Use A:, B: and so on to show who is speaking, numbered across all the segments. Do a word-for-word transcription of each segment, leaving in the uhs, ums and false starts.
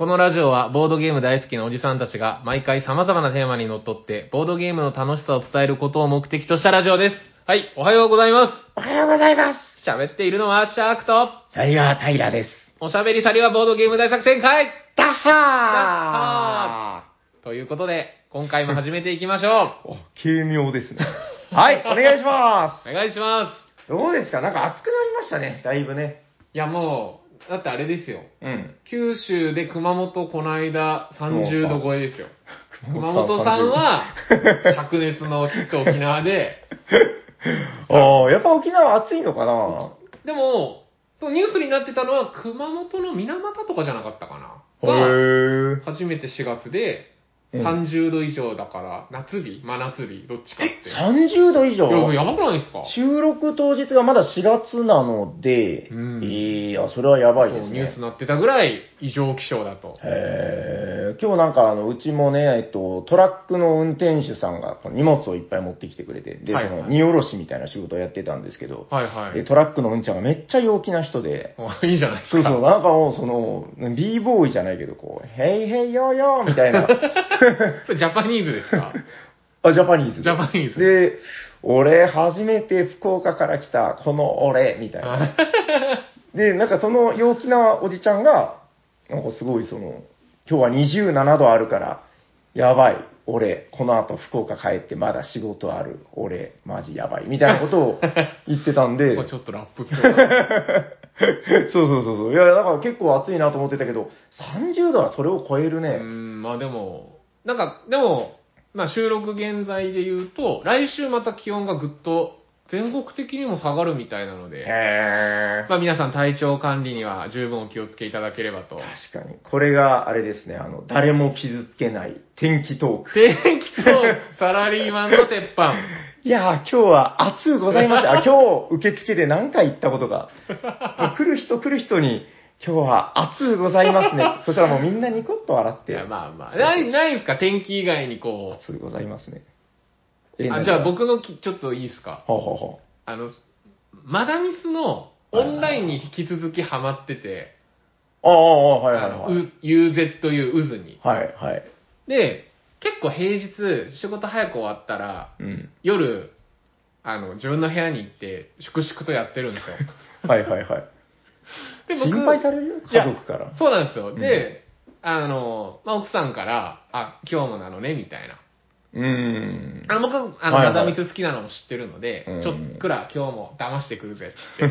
A: このラジオはボードゲーム大好きなおじさんたちが毎回様々なテーマにのっとってボードゲームの楽しさを伝えることを目的としたラジオです。はい、おはようございます。
B: おはようございます。
A: 喋っているのはシャークと、
B: サリは平です。
A: おしゃべりサリはボードゲーム大作戦会
B: ダッハー
A: ダッハーということで、今回も始めていきましょ
B: う。お、軽妙ですね。はい、お願いしま
A: す。お願いします。
B: どうですか？なんか暑くなりましたね、だいぶね。
A: いやもう、だってあれですよ。
B: うん。
A: 九州で熊本この間さんじゅうど超えですよ。熊
B: 本
A: 本さんは、灼熱のきっと沖縄で。
B: ああ、やっぱ沖縄暑いのかな？
A: でも、ニュースになってたのは熊本の水俣とかじゃなかったかな。
B: へー。
A: 初めてしがつで、さんじゅうど以上だから、夏日真夏日どっちかって。
B: さんじゅうど以上？
A: いや、やばくないですか？
B: 収録当日がまだしがつなので、うん、えー、あ、それはやばいですね。
A: そう、ニュースになってたぐらい異常気象だと。
B: へー。今日なんかあの、うちもね、えっと、トラックの運転手さんが荷物をいっぱい持ってきてくれて、で、はいはい、その荷下ろしみたいな仕事をやってたんですけど、
A: はいはい、
B: トラックの運ちゃんがめっちゃ陽気な人で、
A: いいじゃないですか。
B: そうそう、なんかもうその、b ボーイじゃないけど、こう、ヘイヘイヨーヨーみたいな。
A: それジャパニーズですか？
B: あ、ジャパニーズ。
A: ジャパニーズ。
B: で、俺、初めて福岡から来た、この俺、みたいな。で、なんかその陽気なおじちゃんが、なんかすごいその、今日はにじゅうななどあるから、やばい、俺、この後福岡帰ってまだ仕事ある、俺、マジやばい、みたいなことを言ってたんで。
A: ちょっとラップっぽい。
B: そうそうそうそう。いや、だから結構暑いなと思ってたけど、さんじゅうどはそれを超えるね。
A: うーん、まあでも、なんか、でも、まあ収録現在で言うと、来週また気温がぐっと全国的にも下がるみたいなので、
B: へー。
A: まあ皆さん体調管理には十分お気をつけいただければと。
B: 確かに。これがあれですね、あの、誰も傷つけない天気トーク。
A: 天気トーク、サラリーマンの鉄板。
B: いやー、今日は暑うございます。あ、今日受付で何回言ったことが。来る人来る人に、今日は暑うございますね。そしたらもうみんなニコッと笑って。
A: いや、まあまあ。ない、ないですか？天気以外にこう。
B: 暑うございますね。
A: あ、じゃあ僕のきちょっといいですか？
B: ほうほうほう。
A: あの、マダミスのオンラインに引き続きハマってて。
B: ああ、はいはいはい。
A: ユーゼットユー 渦に。
B: はいはい。
A: で、結構平日、仕事早く終わったら、うん、夜、あの、自分の部屋に行って、粛々とやってるんですよ。
B: はいはいはい。で僕心配されるよ、家族から。
A: そうなんですよ。で、うん、あの、まあ、奥さんから、あ、今日もなのね、みたいな。
B: うーん。
A: あの、僕、あの、マダミス好きなのも知ってるので、ちょっくら今日も騙してくるぜ、つって。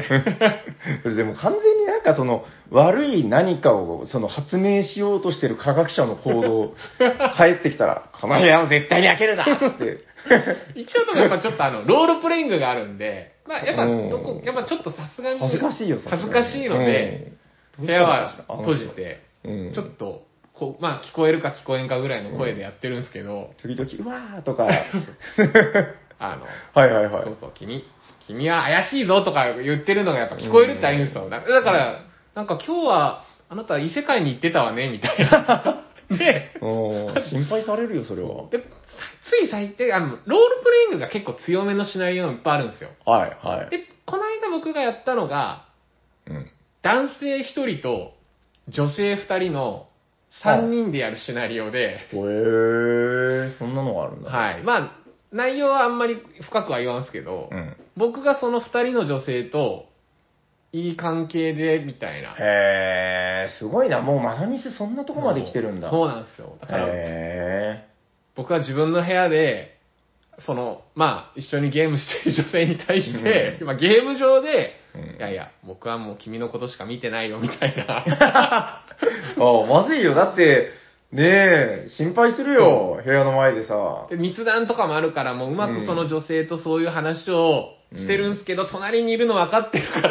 B: でも完全になんかその、悪い何かを、その、発明しようとしてる科学者の行動、帰ってきたら、この部屋を絶対に開けるなって。
A: 一応でもやっぱちょっとあの、ロールプレイングがあるんで、まあ、やっぱ、どこ、やっぱちょっとさすがに。
B: 恥ずかしいよ、
A: 恥ずかしいので、部屋は閉じて、ちょっと、こう、まあ、聞こえるか聞こえんかぐらいの声でやってるんですけど。
B: 時々、うわーとか。
A: あの、
B: はいはいはい。
A: そうそう、君、君は怪しいぞとか言ってるのがやっぱ聞こえるってあるんですよ。だから、なんか今日は、あなた異世界に行ってたわね、みたいな。で、
B: 心配されるよ、それは。
A: で、つい最低、あの、ロールプレイングが結構強めのシナリオもいっぱいあるんですよ。
B: はいはい。
A: で、この間僕がやったのが、
B: うん、
A: 男性一人と女性二人の三人でやるシナリオで。へ
B: ー、そんなのがあるんだ。
A: はい。まあ、内容はあんまり深くは言わんすけど、うん、僕がその二人の女性といい関係で、みたいな。
B: へー、すごいな。もうマダミスそんなとこまで来てるんだ。
A: そうなんですよ。だから、
B: へー。
A: 僕は自分の部屋で、その、まあ、一緒にゲームしてる女性に対して、うん、今ゲーム上で、うん、いやいや、僕はもう君のことしか見てないよ、みたいな。
B: ああ、まずいよ。だって、ねえ、心配するよ、部屋の前でさ。
A: で密談とかもあるから、もううまくその女性とそういう話をしてるんですけど、うん、隣にいるの分かってるから。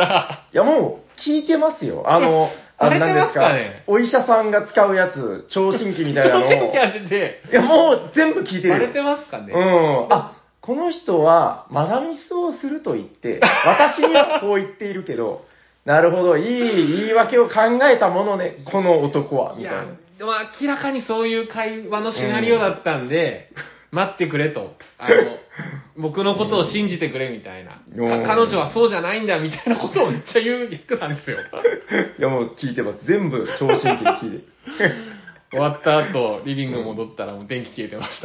B: いや、もう、聞いてますよ。あの、
A: あれなんですかね。
B: お医者さんが使うやつ、聴診器みたいなのを。
A: 聴診器当てて。
B: いや、もう全部聞いてるよ。
A: バレてますかね。
B: うん。あ、この人は、マダミスをすると言って、私にはこう言っているけど、なるほど、いい言い訳を考えたものね、この男は、みたいな。
A: いや、でも明らかにそういう会話のシナリオだったんで、 待ってくれと。あの、僕のことを信じてくれみたいな。か彼女はそうじゃないんだみたいなことをめっちゃ言う役なんですよ。
B: いやもう聞いてます。全部聴診器で聞いて。
A: 終わった後、リビング戻ったらもう電気消えてました。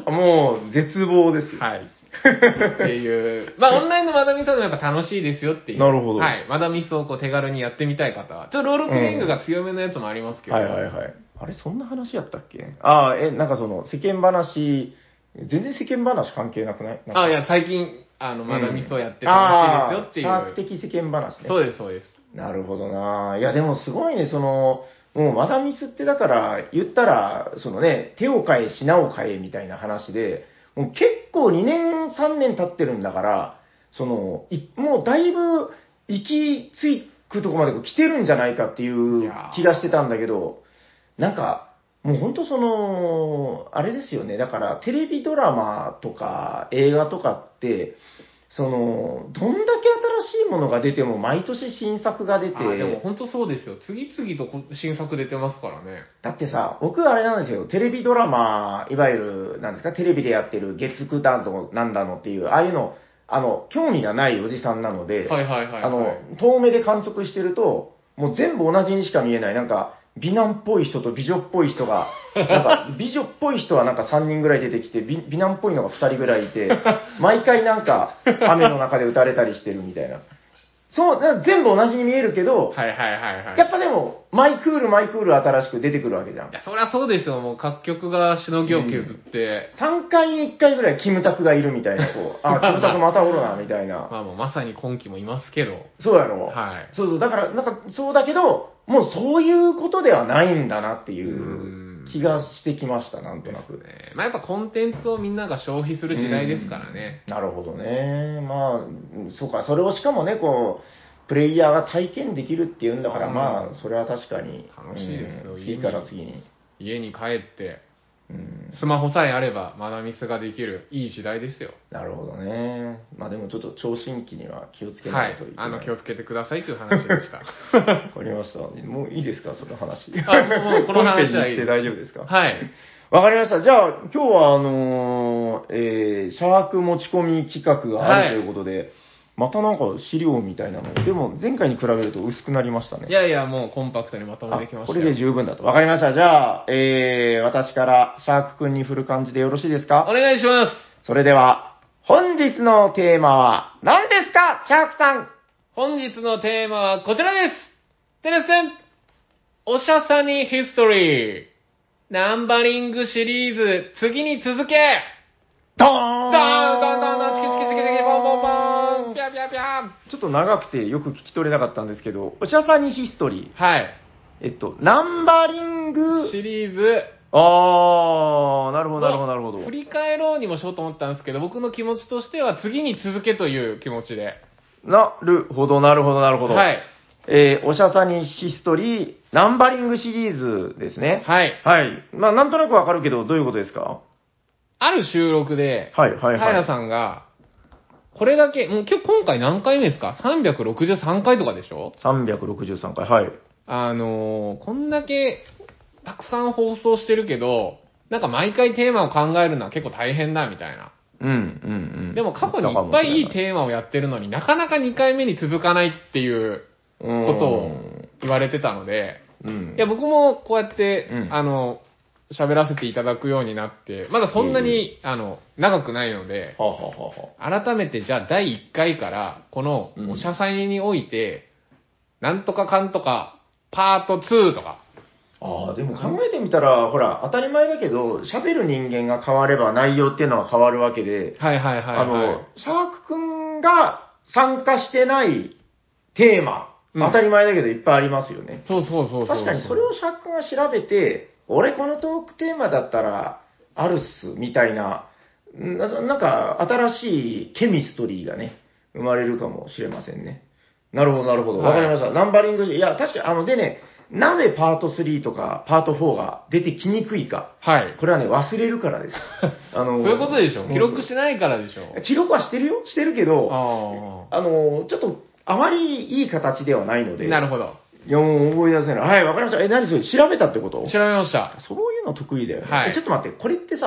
B: もう絶望ですよ。
A: はい。っていう。まあ、オンラインのマダミスはやっぱ楽しいですよっていう。
B: なるほど。
A: はい。マダミスをこう手軽にやってみたい方は。ちょっとロールプレイングが強めのやつもありますけど。
B: うん、はいはいはい。あれ、そんな話やったっけ？ああ、え、なんかその、世間話、全然世間話関係なくない？
A: ああ、いや、最近、あの、マダミスをやって楽しいですよっていう。
B: シャーク的世間話ね。
A: そうです、そうです。
B: なるほどな。いや、でもすごいね、その、もうマダミスってだから、言ったら、そのね、手を変え、品を変えみたいな話で、もう結構にねん、さんねん経ってるんだから、その、いもうだいぶ行き着くとこまで来てるんじゃないかっていう気がしてたんだけど、なんか、もう本当その、あれですよね。だからテレビドラマとか映画とかって、その、どんだけ新しいものが出ても毎年新作が出て。
A: あでも本当そうですよ。次々と新作出てますからね。
B: だってさ、僕あれなんですよ。テレビドラマ、いわゆる、なんですか、テレビでやってる月9だの、なんだのっていう、ああいうの、あの、興味がないおじさんなので、
A: はいはいはい、はい、
B: あの、遠目で観測してると、もう全部同じにしか見えない。なんか、美男っぽい人と美女っぽい人が、なんか、美女っぽい人はなんかさんにんぐらい出てきて、美美男っぽいのがふたりぐらいいて、毎回なんか、雨の中で撃たれたりしてるみたいな。そう、全部同じに見えるけど、
A: はいはいはいはい。
B: やっぱでも、マイクールマイクール新しく出てくるわけじゃん。い
A: や、そりゃそうですよ。もう各局がしのぎを削って。
B: うん、さんかいにいっかいぐらいキムタクがいるみたいな、こう、あ、キムタクまたおるな、みたいな。
A: まあもうまさに今期もいますけど。
B: そうやろ。
A: はい。
B: そうそう、だから、なんか、そうだけど、もうそういうことではないんだなっていう気がしてきました、なんとなく。ね、
A: まあやっぱコンテンツをみんなが消費する時代ですからね。
B: なるほどね。まあ、そうか、それをしかもね、こう、プレイヤーが体験できるっていうんだから、まあ、それは確かに。
A: 楽しいですよ、
B: うん、次から次に。
A: 家に帰って、うん、スマホさえあれば、マダミスができる、いい時代ですよ。
B: なるほどね。まあでもちょっと聴診器には気をつけないといけない。
A: はい。あの、気をつけてくださいという話でした。
B: わかりました。もういいですか、その話。
A: あ、もうこの話はいい
B: です。大丈夫ですか？
A: はい。
B: わかりました。じゃあ、今日はあのー、えー、シャーク持ち込み企画があるということで、はい、またなんか資料みたいなの。でも前回に比べると薄くなりましたね。
A: いやいや、もうコンパクトにまとめてきました。
B: これで十分だと。わかりました。じゃあ、えー、私からシャークくんに振る感じでよろしいですか？
A: お願いします。
B: それでは、本日のテーマは何ですか、シャークさん。
A: 本日のテーマはこちらです。てれっせん。おしゃさにヒストリー。ナンバリングシリーズ、次に続け。
B: ドーン
A: ドーンドーンドーンドーンチキチキチキチキボンボンボンピャピャピャ
B: ちょっと長くてよく聞き取れなかったんですけど、おしゃさにヒストリ
A: ー。はい。
B: えっと、ナンバリング
A: シリーズ。
B: あー、なるほどなるほどなるほど。
A: 振り返ろうにもしようと思ったんですけど、僕の気持ちとしては次に続けという気持ちで。
B: なるほどなるほどなるほど。
A: はい。
B: えー、おしゃさにヒストリー、ナンバリングシリーズですね。
A: はい。
B: はい。まあ、なんとなくわかるけど、どういうことですか？
A: ある収録で、
B: はいはいはい。
A: 平さんが、これだけ、もう今日今回何回目ですか ?さんびゃくろくじゅうさんかいとかでしょ ?
B: さんびゃくろくじゅうさんかい、はい。
A: あのー、こんだけたくさん放送してるけど、なんか毎回テーマを考えるのは結構大変だみたいな。
B: うんうんうん。
A: でも過去にいっぱいいいテーマをやってるのになかなかにかいめに続かないっていうことを言われてたので、うん、いや僕もこうやって、うん、あの、喋らせていただくようになって、まだそんなに、うん、あの、長くないので、
B: ははは
A: は改めてじゃあだいいっかいからこのおしゃさににおいて、なんとかかんとかパートツーとか、
B: ああ、でも考えてみたら、ほら、当たり前だけど、喋る人間が変われば内容っていうのは変わるわけで、
A: はいはいはい、はい。
B: あの、シャークくんが参加してないテーマ、うん、当たり前だけどいっぱいありますよね。
A: そうそうそうそう。
B: 確かにそれをシャークくんが調べて、俺このトークテーマだったらあるっす、みたいな、な、なんか新しいケミストリーがね、生まれるかもしれませんね。なるほどなるほど。わかりました。ナンバリング、いや、確かにあの、でね、なぜパートスリーとかパートフォーが出てきにくいか。
A: はい。
B: これはね、忘れるからです。
A: あの、そういうことでしょ。記録してないからでしょ。
B: 記録はしてるよ。してるけど、
A: あ
B: あの、ちょっと、あまりいい形ではないので。
A: なるほど。
B: いや、もう覚え出せない。はい、わかりました。え、何それ調べたってこと？
A: 調べました。
B: そういうの得意だよね。
A: はい。
B: ちょっと待って、これってさ、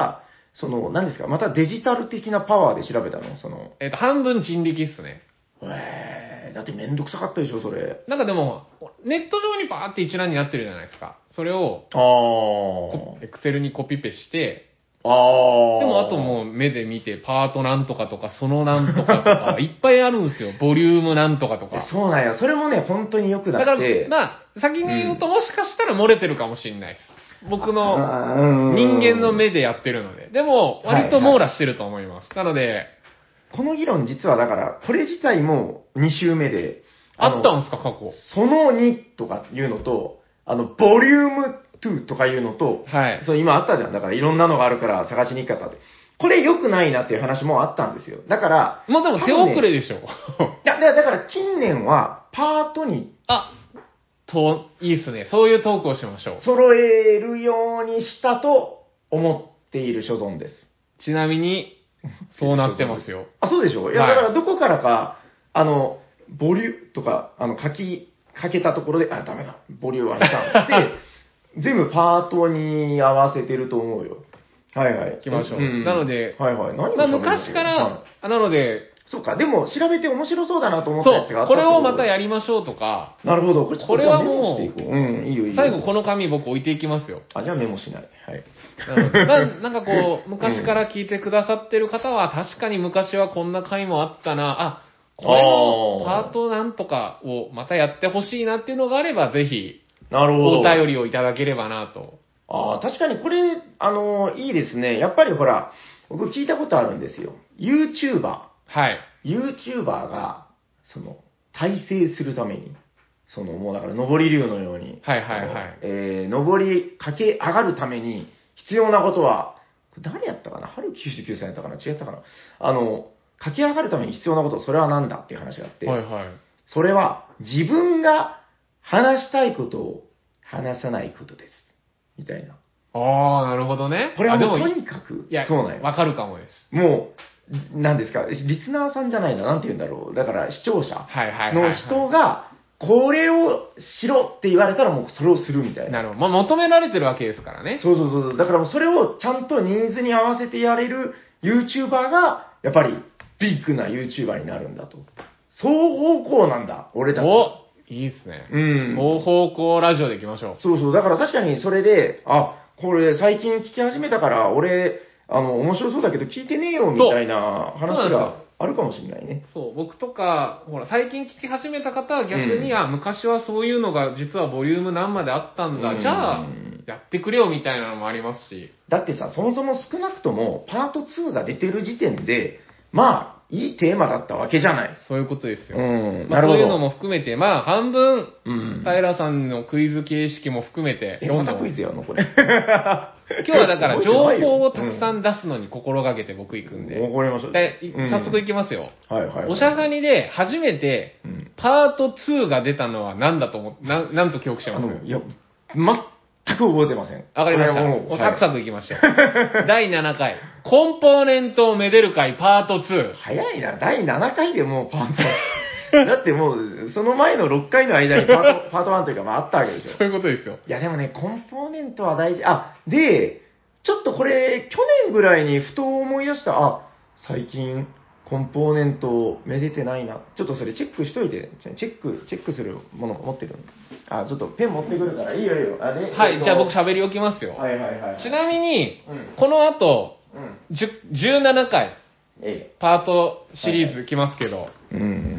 B: その、何ですか、またデジタル的なパワーで調べたのその。
A: えっ、と、半分人力っすね。
B: えー、だってめんどくさかったでしょ、それ。
A: なんかでも、ネット上にバーって一覧になってるじゃないですか。それを、
B: あ
A: エクセルにコピペして、
B: あ。ああ。
A: でもあともう目で見て、パートなんとかとか、そのなんとかとか、いっぱいあるんですよ。ボリュームなんとかとか。
B: そうなんや。それもね、本当に良くな
A: だから、
B: って。
A: まあ、先に言うと、もしかしたら漏れてるかもしれないです。僕の人間の目でやってるので。でも、割と網羅してると思います。はいはい、なので、
B: この議論実はだから、これ自体もに週目で。
A: あったんですか、過去。
B: そのにとかいうのと、あの、ボリュームにとかいうのと、
A: はい。
B: そう、今あったじゃん。だからいろんなのがあるから探しに行くかって。これ良くないなっていう話もあったんですよ。だから。
A: もうでも手遅れでしょ。ね、
B: いや、だから近年はパートに。
A: あ、と、いいっすね。そういうトークをしましょう。
B: 揃えるようにしたと思っている所存です。
A: ちなみに、そうなってますよ。
B: あ、そうでしょ？いや、だからどこからか、あの、ボリューとか、あの、書き、かけたところで、あ、ダメだ、ボリューはいかんって、全部パートに合わせてると思うよ。はいはい。
A: 行きましょう。
B: うん、
A: なので、
B: はいはい。何
A: まあ昔から、はい、なので、
B: そうか、でも調べて面白そうだなと思ったやつがあった。
A: そう、これをまたやりましょうとか。
B: なるほど、これ
A: これはもう、
B: うん、いいよいいよ。
A: 最後この紙僕置いていきますよ。
B: あ、じゃあメモしない。はい。
A: な, なんかこう、昔から聞いてくださってる方は、確かに昔はこんな回もあったな、あ、これのパートなんとかをまたやってほしいなっていうのがあれば、ぜひ、
B: なるほど。
A: お便りをいただければなと。
B: ああ、確かにこれ、あの、いいですね。やっぱりほら、僕聞いたことあるんですよ。YouTuber。
A: はい。
B: YouTuber が、その、大成するために、その、もうだから、上り竜のように、
A: はいはいはい。
B: えー、上り、駆け上がるために、必要なことは、誰やったかな春きゅうじゅうきゅうさいやったかな違ったかなあの、駆け上がるために必要なこと、それは何だっていう話があって、
A: はいはい。
B: それは、自分が話したいことを話さないことです。みたいな。
A: ああ、なるほどね。
B: これはもうとにかく、
A: いや、
B: そうなんよ。
A: わかるかもです。
B: もう、何ですか、リスナーさんじゃないな、なんて言うんだろう。だから視聴者の人が、これをしろって言われたらもうそれをするみたいな。
A: なるほど。まあ、求められてるわけですからね。
B: そうそうそう。だからもうそれをちゃんとニーズに合わせてやれる YouTuber が、やっぱりビッグな YouTuber になるんだと。双方向なんだ、俺たち。
A: おいいっすね。
B: うん。
A: 双方向ラジオでいきましょう。
B: そうそう。だから確かにそれで、あ、これ最近聞き始めたから、俺、あの、面白そうだけど聞いてねえよみたいな話があるかもしれないね。
A: そう、僕とか、ほら、最近聞き始めた方は逆に、うん、あ、昔はそういうのが実はボリューム何まであったんだ。うん、じゃあ、やってくれよみたいなのもありますし。
B: だってさ、そもそも少なくともパートツーが出てる時点で、まあ、いいテーマだったわけじゃない。
A: そういうことですよ。
B: うん。
A: まあ、そういうのも含めて、まあ、半分、
B: うん、
A: 平さんのクイズ形式も含めて、
B: え、またクイズやのこれ。
A: 今日はだから情報をたくさん出すのに心がけて僕行くんで。
B: わかりました。
A: で、早速行きますよ。
B: はいはい、はい。
A: おしゃさにで初めて、パートツーが出たのは何だと思って、な、なんと記憶してます？
B: いや、全く覚えてません。
A: わかりました。もうサクサク行きましょう。だいななかい、コンポーネントをめでる会パートツー。
B: 早いな、だいななかいでもうパートだってもう、その前のろっかいの間にパート、パートワンというか、まああったわけでしょ。
A: そういうことですよ。
B: いやでもね、コンポーネントは大事。あ、で、ちょっとこれ、去年ぐらいにふと思い出した。あ、最近、コンポーネントめでてないな。ちょっとそれチェックしといて。チェック、チェックするもの持ってる。あ、ちょっとペン持ってくるから、いいよいいよ。あで
A: はい、じゃあ僕喋りおきますよ。
B: はいはいはい、はい。
A: ちなみに、
B: うん、
A: この後、
B: うん、
A: じゅうななかい、
B: ええ、
A: パートシリーズ来ますけど、はいはい、
B: うん、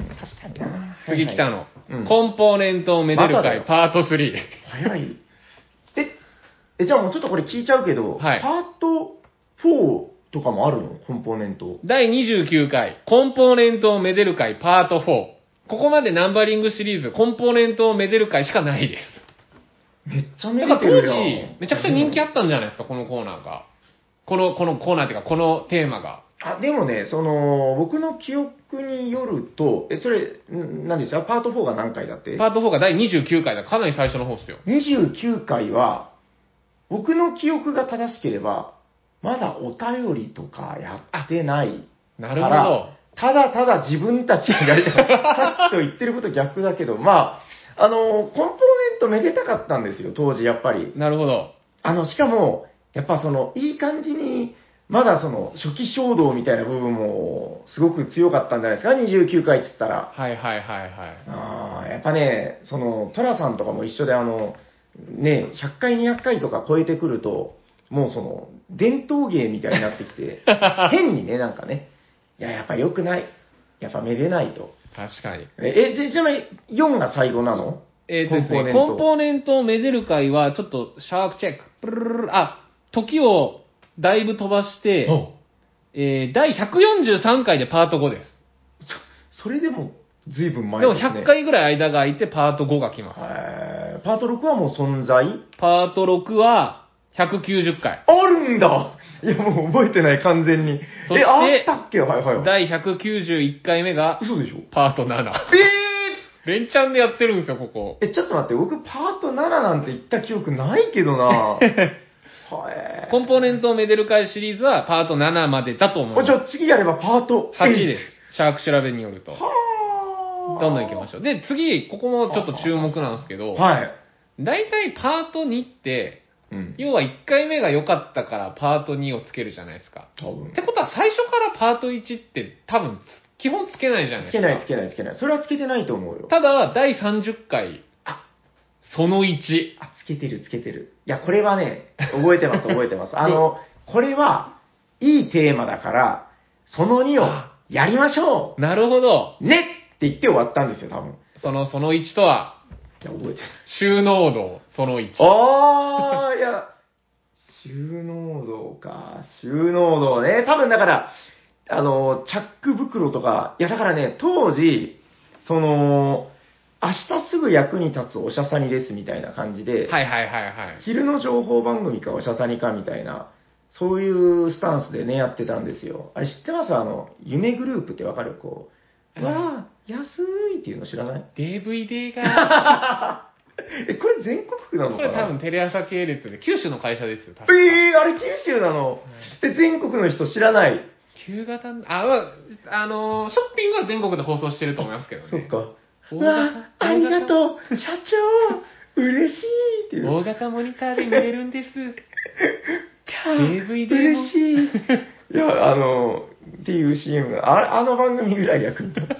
B: 確かにな。
A: 次来たの、
B: はいはい、
A: コンポーネントをめでる会、ま、パートスリー。
B: 早い。え、え、じゃあもうちょっとこれ聞いちゃうけど、
A: はい、
B: パートフォーとかもあるの？コンポーネント。
A: だいにじゅうきゅうかい、コンポーネントをめでる会、パートフォー。ここまでナンバリングシリーズ、コンポーネントをめでる会しかないです。
B: めっちゃめでてるやん。
A: だから当時、めちゃくちゃ人気あったんじゃないですか、このコーナーが。この、このコーナーっていうか、このテーマが。
B: あ、でもね、その、僕の記憶によると、え、それ、ん何でした？パートフォーが何回だって？
A: パートフォーがだいにじゅうきゅうかいだ。かなり最初の方っすよ。
B: にじゅうきゅうかいは、僕の記憶が正しければ、まだお便りとかやってない。
A: なるほど。
B: ただただ自分たちがやりたい。さっきと言ってること逆だけど、まあ、あの、コンポーネントめでたかったんですよ、当時やっぱり。
A: なるほど。
B: あの、しかも、やっぱその、いい感じに、 まだその初期衝動みたいな部分もすごく強かったんじゃないですか、にじゅうきゅうかいっつったら。
A: はいはいはいはい。
B: ああ、やっぱね、その、トラさんとかも一緒で、あの、ね、ひゃっかい、にひゃっかいとか超えてくると、もうその、伝統芸みたいになってきて、変にね、なんかね、いや、やっぱ良くない。やっぱめでないと。
A: 確かに。
B: え、え、ちなみによんが最後なの？
A: えーとですね、コンポーネントをめでる回は、ちょっと、シャープチェック。プルルルルあ、時をだいぶ飛ばして、えー、だいひゃくよんじゅうさんかいでパートごです。
B: そ、それでも、ずいぶん前
A: で
B: ですね。
A: もひゃっかいぐらい間が空いてパートごが来ます。
B: えー、パートろくはもう存在？
A: パートろくはひゃくきゅうじゅっかい。
B: あるんだ。いや、もう覚えてない、完全に。
A: そして、
B: え、あったっけ？はいはい。
A: だいひゃくきゅうじゅういっかいめが、
B: 嘘でしょ？
A: パートなな。
B: え
A: ー連チャンでやってるんですよ、ここ。
B: え、ちょっと待って、僕パートなななんて言った記憶ないけどなは
A: コンポーネントをめでる会シリーズはパートななまでだと思います。
B: じゃあ次やればパート
A: はちです。シャーク調べによると。はぁどんどん行きましょう。で、次、ここもちょっと注目なんですけど、
B: はい。
A: 大体パートにって、うん、要はいっかいめが良かったからパートにをつけるじゃないですか。多分。ってことは最初からパートいちって多分、基本つけないじゃないですか。
B: つけないつけないつけない。それはつけてないと思うよ。
A: ただ、だいさんじゅっかい、あ、そのいち。
B: あ、つけてるつけてる。いや、これはね、覚えてます覚えてます。あの、これは、いいテーマだから、そのにをやりましょ
A: う。なるほど。
B: ねって言って終わったんですよ、多分。
A: その、そのいちとは、
B: いや、覚えてない。
A: 収納度、そのいち。
B: あー、いや、収納度か。収納度ね。多分だから、あの、チャック袋とか、いやだからね、当時、その、明日すぐ役に立つおしゃさにですみたいな感じで、
A: はいはいはいはい。
B: 昼の情報番組かおしゃさにかみたいな、そういうスタンスでね、やってたんですよ。あれ知ってます？あの、夢グループってわかる？こう、わー、安いっていうの知らない？
A: ディーブイディー が。
B: え、これ全国区なのかな？
A: これ多分テレ朝系列で、九州の会社ですよ、確か。
B: えー、あれ九州なの？で、全国の人知らない。
A: 旧型、あ、まあ、あのー、ショッピングは全国で放送してると思いますけどね。
B: そっか。うわ、ありがとう、社長、嬉しいっていう。
A: 大型モニターで見れるんです。キ
B: ャー、ディーブイディー 嬉しい。いや、あの、っていう シーエム が、ああの番組ぐらい役に立つ。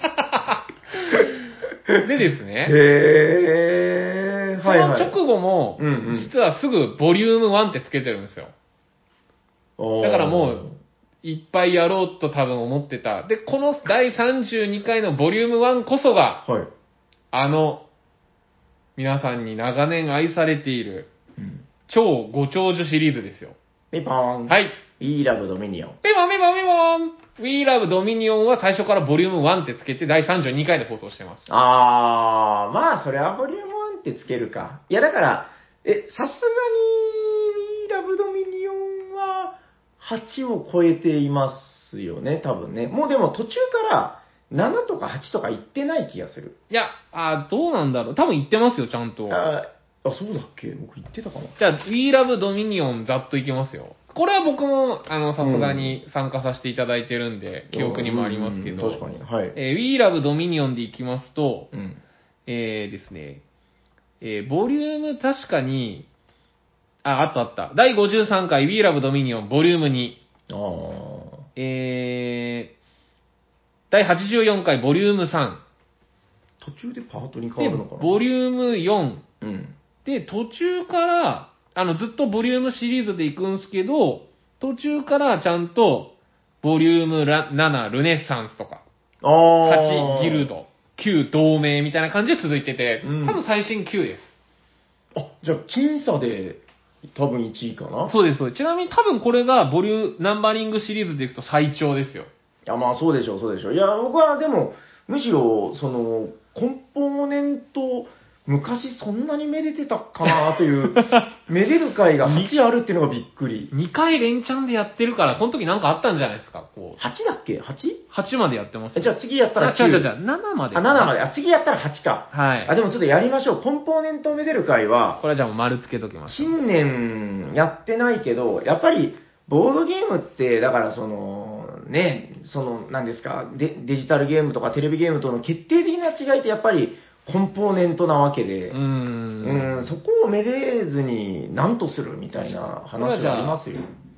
A: でですね。
B: へー。
A: その直後も、
B: はいはい、
A: 実はすぐボリュームワンってつけてるんですよ。だからもう、いっぱいやろうと多分思ってた。で、このだいさんじゅうにかいのボリュームワンこそが、はい、あの、皆さんに長年愛されている、うん、超ご長寿シリーズですよ。
B: ピンポーン。
A: はい。
B: We Love Dominion。
A: ピンポンピンポンピンポン We Love Dominion は最初からボリュームワンってつけてだいさんじゅうにかいで放送してます。
B: あー、まあそれはボリュームワンってつけるか。いやだから、え、さすがに We Love Dominion ははちを超えていますよね、多分ね。もうでも途中からななとかはちとか言ってない気がする。
A: いや、あどうなんだろう。多分言ってますよ、ちゃんと。
B: あ、あそうだっけ？僕言ってたかな。
A: じゃあ、We Love Dominion ざっといきますよ。これは僕も、あの、さすがに参加させていただいてるんで、うん、記憶にもありますけど。
B: うん、確かに。はい。
A: えー、We Love Dominion でいきますと、うん、えーですね、えー、ボリューム確かに、あ、あったあった。だいごじゅうさんかい We Love Dominion ボリュームに。あえー、だいはちじゅうよんかいボリュームさん。
B: 途中でパートに変わるのかな？
A: ボリュームよん。うん。で、途中から、あの、ずっとボリュームシリーズで行くんですけど、途中からちゃんと、ボリュームななルネッサンスとか、はちギルド、きゅう同盟みたいな感じで続いてて、うん、多分最新きゅうです。
B: あ、じゃあ僅差で多分いちいかな？
A: そうです、そうです。ちなみに多分これがボリュー、ナンバリングシリーズでいくと最長ですよ。
B: いや、まあそうでしょう、そうでしょう。いや、僕はでも、むしろ、その、コンポーネント、昔そんなにめでてたかなという、めでる回がはちあるっていうのがびっくり。
A: にかい連チャンでやってるから、この時なんかあったんじゃないですか、こう。
B: はちだっけ はち?
A: はちまでやってます。
B: じゃあ次やったら
A: きゅう。あ、違う違う違う、ななまで。
B: あ、ななまで。あ、次やったらはちか。
A: はい。
B: あ、でもちょっとやりましょう。コンポーネントめでる回は、
A: これはじゃあもう丸つけときましょう。
B: 近年やってないけど、やっぱり、ボードゲームって、だからその、ね、その、何ですか、デ、デジタルゲームとかテレビゲームとの決定的な違いってやっぱり、コンポーネントなわけで、うーん、うんそこをめでずに何とするみたいな話はありますよ。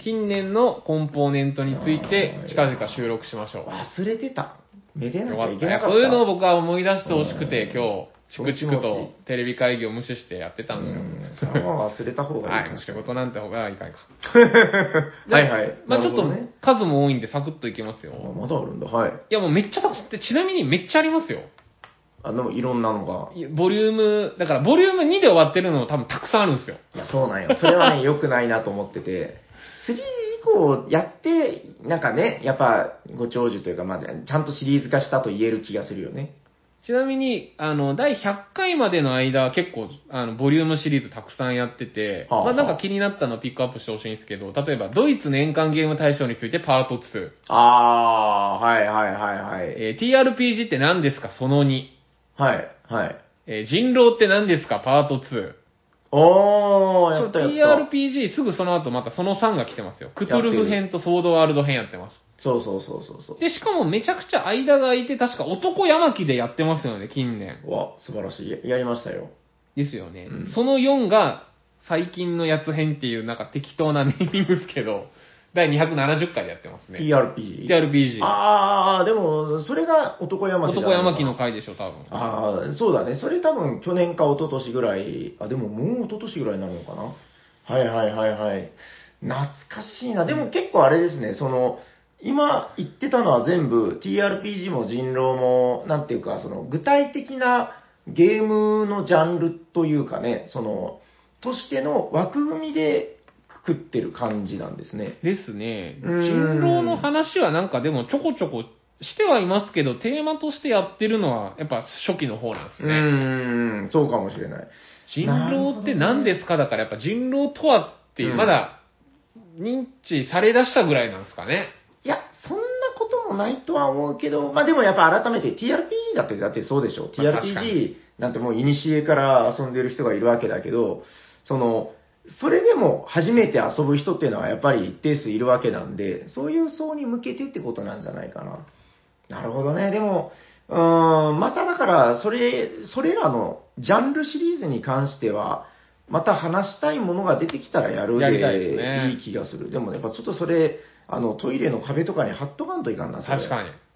A: 近年のコンポーネントについて近々収録しましょう。
B: 忘れてた。めでなき
A: よかったね。
B: ゃいけなかった。
A: そういうのを僕は思い出してほしくて、
B: うん
A: 今日、チクチクとテレビ会議を無視してやってたんですよ。
B: それは忘れた方がいい。
A: はい、仕事なんて方がいいかいか。
B: はいはい。
A: まあちょっと
B: ね、
A: 数も多いんでサクッといきますよ。
B: まだあるんだ、はい。
A: いやもうめっちゃたくさんって、ちなみにめっちゃありますよ。
B: あの、いろんなのが。
A: ボリューム、だからボリュームにで終わってるのも多分たくさんあるんですよ。
B: いや、そうなんよ。それはね、良くないなと思ってて、スリー以降やって、なんかね、やっぱご長寿というか、まあ、ちゃんとシリーズ化したと言える気がするよね。
A: ちなみに、あの、だいひゃっかいまでの間は結構、あの、ボリュームシリーズたくさんやってて、はあはあ、まあなんか気になったのをピックアップしてほしいんですけど、例えば、ドイツ年間ゲーム大賞についてパートツー。
B: あー、はいはいはいはい。
A: えー、ティーアールピージー って何ですかそのに。
B: はい、はい。
A: えー、人狼って何ですかパートツー。
B: おー、やったやった。
A: ティーアールピージー すぐその後またそのさんが来てますよ。クトゥルフ編とソードワールド編やってます。
B: そうそうそうそうそう。
A: で、しかもめちゃくちゃ間が空いて、確か男山木でやってますよね、近年。
B: わ、素晴らしい。ややりましたよ。
A: ですよね。
B: うん、
A: そのよんが最近のやつ編っていうなんか適当なネーミングですけど、だいにひゃくななじゅっかいでやってますね。
B: ティーアールピージー。
A: ティーアールピージー。
B: あー、でも、それが男山木
A: 男山木の回でしょ、多分。
B: あー、そうだね。それ多分去年か一昨年ぐらい、あ、でももう一昨年ぐらいになるのかな。はいはいはいはい。懐かしいな。でも結構あれですね、その、今言ってたのは全部 ティーアールピージー も人狼も、なんていうか、その具体的なゲームのジャンルというかね、その、としての枠組みでくくってる感じなんですね。
A: ですね。人狼の話はなんかでもちょこちょこしてはいますけど、テーマとしてやってるのはやっぱ初期の方なんですね。う
B: ーん、そうかもしれない。
A: 人狼って何ですかだからやっぱ人狼とはっていう、うん、まだ認知され出したぐらいなんですかね。
B: いや、そんなこともないとは思うけど、まあでもやっぱ改めて ティーアールピージー だってだってそうでしょ。ティーアールピージー なんてもう古から遊んでる人がいるわけだけど、その、それでも初めて遊ぶ人っていうのはやっぱり一定数いるわけなんで、そういう層に向けてってことなんじゃないかな。なるほどね。でも、うーん、まただから、それ、それらのジャンルシリーズに関しては、また話したいものが出てきたらやるでいい気がする。でもね、やっぱちょっとそれ、あの、トイレの壁とかに貼っとかんといかんな、それ。
A: 確かに。
B: うん。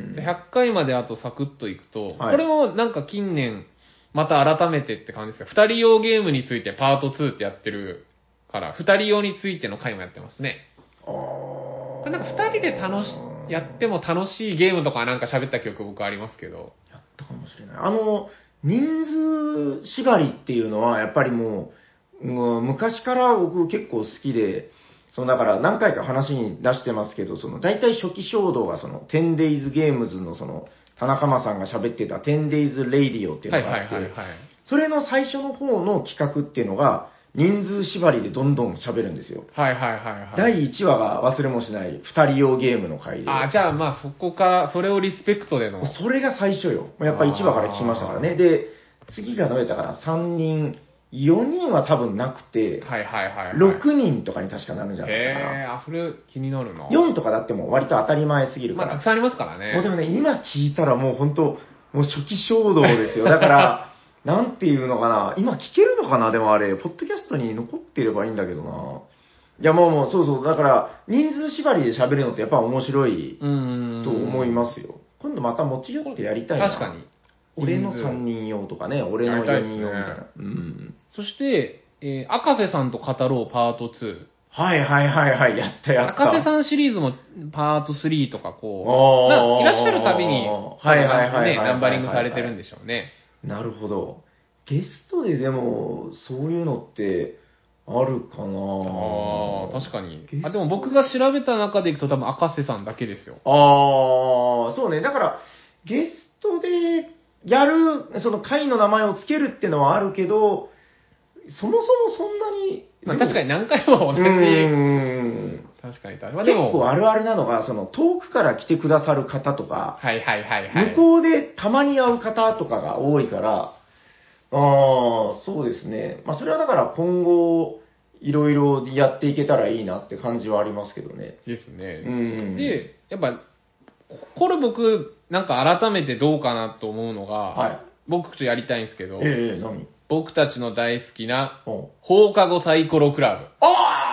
A: ひゃっかいまであとサクッといくと、
B: はい、
A: これもなんか近年、また改めてって感じですが、二人用ゲームについてパートツーってやってるから、二人用についての回もやってますね。
B: あこ
A: れなんか二人で楽し、やっても楽しいゲームとかなんか喋った記憶僕ありますけど。
B: やったかもしれない。あの、人数縛りっていうのはやっぱりもう、もう昔から僕結構好きで、そのだから何回か話に出してますけど、その大体初期衝動がその テンデイズ Games のその田中間さんが喋ってた テンデイズ Radio っていうのがあって、それの最初の方の企画っていうのが人数縛りでどんどん喋るんですよ。
A: はいはいはいはい。
B: だいいちわが忘れもしないふたり用ゲームの回で。
A: あ、じゃあまあそこから、それをリスペクトでの。
B: それが最初よ。やっぱいちわから聞きましたからね。で、次がどうやったかな、さんにん、よにんは多分なくて、
A: はいはいはい、はい。
B: ろくにんとかに確かなるんじゃないかな。
A: へー、あ、それ気になるな。
B: よんとかだってもう割と当たり前すぎるから。
A: まあたくさんありますからね。
B: もうでもね、今聞いたらもう本当、もう初期衝動ですよ。だから、なんていうのかな、今聞けるのかな、でもあれ、ポッドキャストに残ってればいいんだけどな。いやもうもう、そうそう、だから、人数縛りで喋るのってやっぱ面白いと思いますよ。今度また持ち寄ってやりたいな。
A: 確かに。
B: 俺のさんにん用とかね、俺のよにん用みたいな。ね、うん。
A: そして、えー、赤瀬さんと語ろうパートツー。
B: はいはいはいはい、やったやった。
A: 赤瀬さんシリーズもパートスリーとかこう、まあ、いらっしゃるたびに、
B: はいはいはい、
A: ね、ナンバリングされてるんでしょうね。
B: なるほど。ゲストででも、そういうのってあるかな
A: ああ、確かに。あ、でも僕が調べた中でいくと多分赤瀬さんだけですよ。
B: ああ、そうね。だから、ゲストでやる、その回の名前をつけるってのはあるけど、そもそもそんなに。
A: まあ確かに何回も同じ。うん確かに確かに。
B: 結構あるあるなのが、その遠くから来てくださる方とか、
A: はいはいはいはい。
B: 向こうでたまに会う方とかが多いから、ああ、そうですね。まあそれはだから今後、いろいろやっていけたらいいなって感じはありますけどね。
A: ですね。
B: うん。
A: で、やっぱ、これ僕、なんか改めてどうかなと思うのが、はい、僕とやりたいんですけど、
B: ええー、何
A: 僕たちの大好きな、放課後サイコロクラブ。
B: ああ